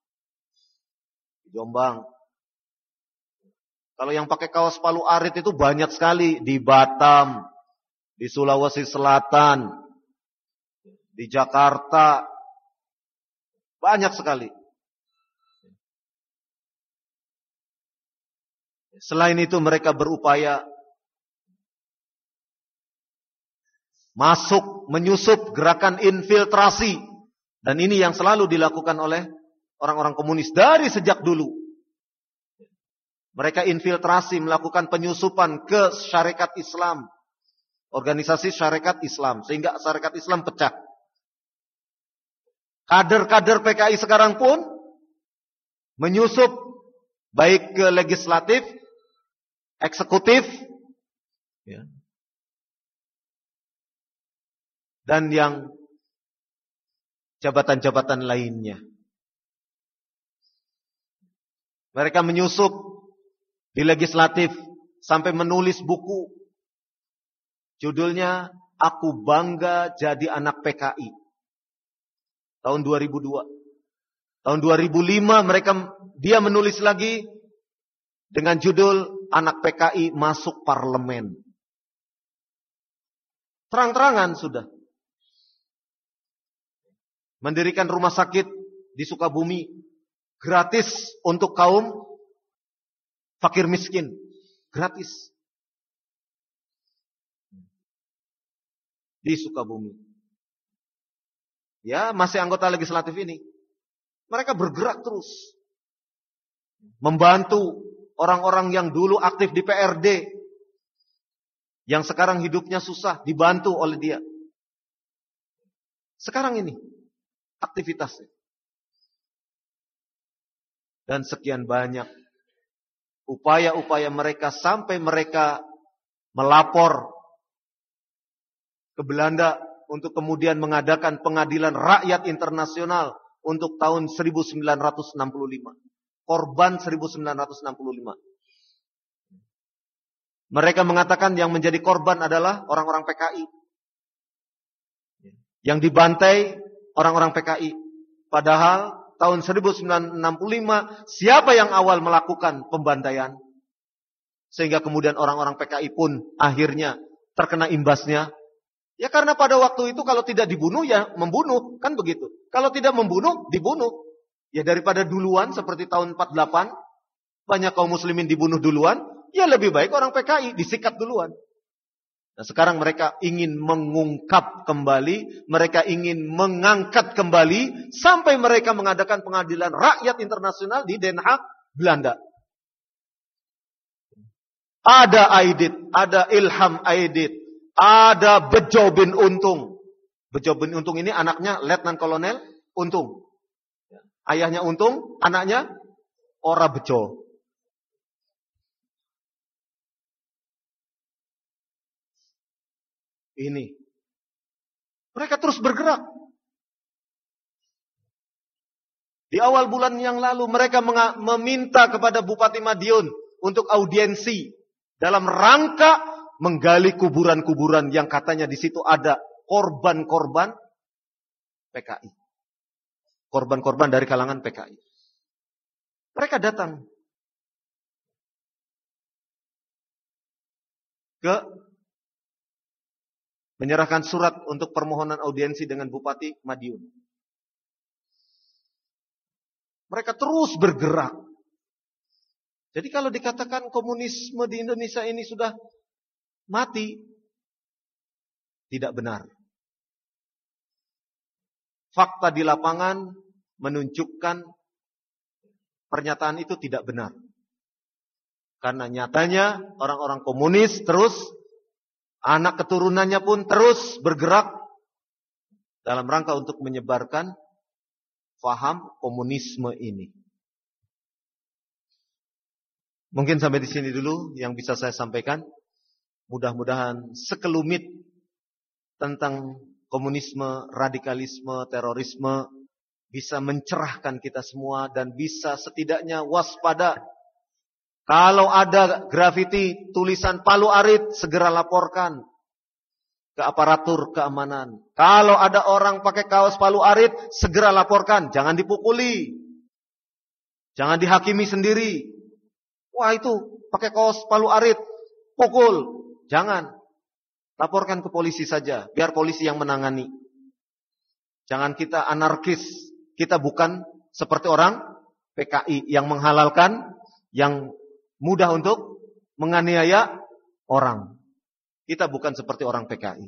Di Jombang. Kalau yang pakai kaos palu arit itu banyak sekali. Di Batam, di Sulawesi Selatan, di Jakarta, banyak sekali. Selain itu mereka berupaya masuk, menyusup gerakan infiltrasi. Dan ini yang selalu dilakukan oleh orang-orang komunis dari sejak dulu. Mereka infiltrasi, melakukan penyusupan ke syarikat Islam. Organisasi syarikat Islam. Sehingga syarikat Islam pecah. Kader-kader PKI sekarang pun menyusup baik ke legislatif, eksekutif, ya, dan yang jabatan-jabatan lainnya. Mereka menyusup di legislatif sampai menulis buku. Judulnya Aku Bangga Jadi Anak PKI. Tahun 2002. Tahun 2005 dia menulis lagi dengan judul Anak PKI Masuk Parlemen. Terang-terangan sudah. Mendirikan rumah sakit di Sukabumi gratis untuk kaum fakir miskin. Gratis. Di Sukabumi. Ya, masih anggota legislatif ini. Mereka bergerak terus. Membantu orang-orang yang dulu aktif di PRD. Yang sekarang hidupnya susah, dibantu oleh dia. Sekarang ini, aktivitasnya. Dan sekian banyak upaya-upaya mereka sampai mereka melapor ke Belanda untuk kemudian mengadakan pengadilan rakyat internasional untuk tahun 1965. Korban 1965. Mereka mengatakan yang menjadi korban adalah orang-orang PKI. Yang dibantai orang-orang PKI. Padahal tahun 1965 siapa yang awal melakukan pembantaian? Sehingga kemudian orang-orang PKI pun akhirnya terkena imbasnya. Ya karena pada waktu itu kalau tidak dibunuh ya membunuh. Kan begitu. Kalau tidak membunuh, dibunuh. Ya daripada duluan seperti tahun 48. Banyak kaum muslimin dibunuh duluan. Ya lebih baik orang PKI disikat duluan. Nah sekarang mereka ingin mengungkap kembali. Mereka ingin mengangkat kembali. Sampai mereka mengadakan pengadilan rakyat internasional di Den Haag, Belanda. Ada Aidit. Ada Ilham Aidit. Ada Bejo bin Untung. Bejo bin Untung ini anaknya Letnan Kolonel Untung. Ayahnya Untung, anaknya Ora Bejo. Ini. Mereka terus bergerak. Di awal bulan yang lalu mereka meminta kepada Bupati Madiun untuk audiensi dalam rangka menggali kuburan-kuburan yang katanya di situ ada korban-korban PKI. Korban-korban dari kalangan PKI. Mereka datang ke menyerahkan surat untuk permohonan audiensi dengan Bupati Madiun. Mereka terus bergerak. Jadi kalau dikatakan komunisme di Indonesia ini sudah mati, tidak benar. Fakta di lapangan menunjukkan pernyataan itu tidak benar. Karena nyatanya orang-orang komunis terus, anak keturunannya pun terus bergerak dalam rangka untuk menyebarkan faham komunisme ini. Mungkin sampai di sini dulu yang bisa saya sampaikan. Mudah-mudahan sekelumit tentang komunisme, radikalisme, terorisme bisa mencerahkan kita semua dan bisa setidaknya waspada. Kalau ada grafiti tulisan Palu Arit, segera laporkan ke aparatur keamanan. Kalau ada orang pakai kaos Palu Arit, segera laporkan. Jangan dipukuli. Jangan dihakimi sendiri. Wah itu pakai kaos Palu Arit, pukul. Jangan. Laporkan ke polisi saja, biar polisi yang menangani. Jangan kita anarkis. Kita bukan seperti orang PKI yang menghalalkan, yang mudah untuk menganiaya orang. Kita bukan seperti orang PKI.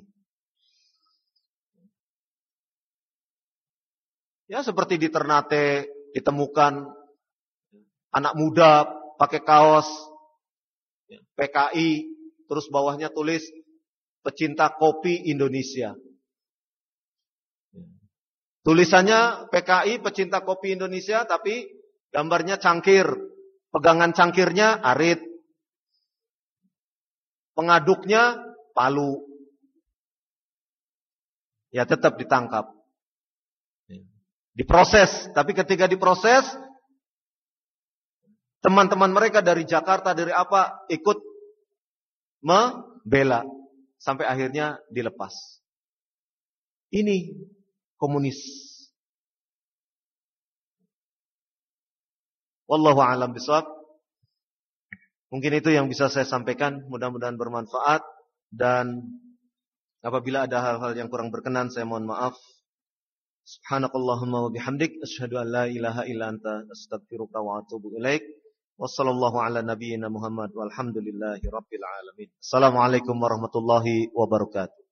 Ya seperti di Ternate ditemukan anak muda pakai kaos PKI, terus bawahnya tulis pecinta kopi Indonesia. Tulisannya PKI pecinta kopi Indonesia, tapi gambarnya cangkir. Pegangan cangkirnya arit. Pengaduknya palu. Ya tetap ditangkap. Diproses, tapi ketika diproses Teman-teman mereka dari Jakarta, dari apa, ikut membela. Sampai akhirnya dilepas. Ini komunis. Wallahu a'lam bishawab. Mungkin itu yang bisa saya sampaikan. Mudah-mudahan bermanfaat. Dan apabila ada hal-hal yang kurang berkenan, saya mohon maaf. Subhanakallahumma wa bihamdik. Asyhadu an la ilaha illa anta. Astaghfiruka wa atubu ilaik. Wassallallahu ala nabiyyina Muhammad. Walhamdulillahi rabbil alamin. Assalamualaikum warahmatullahi wabarakatuh.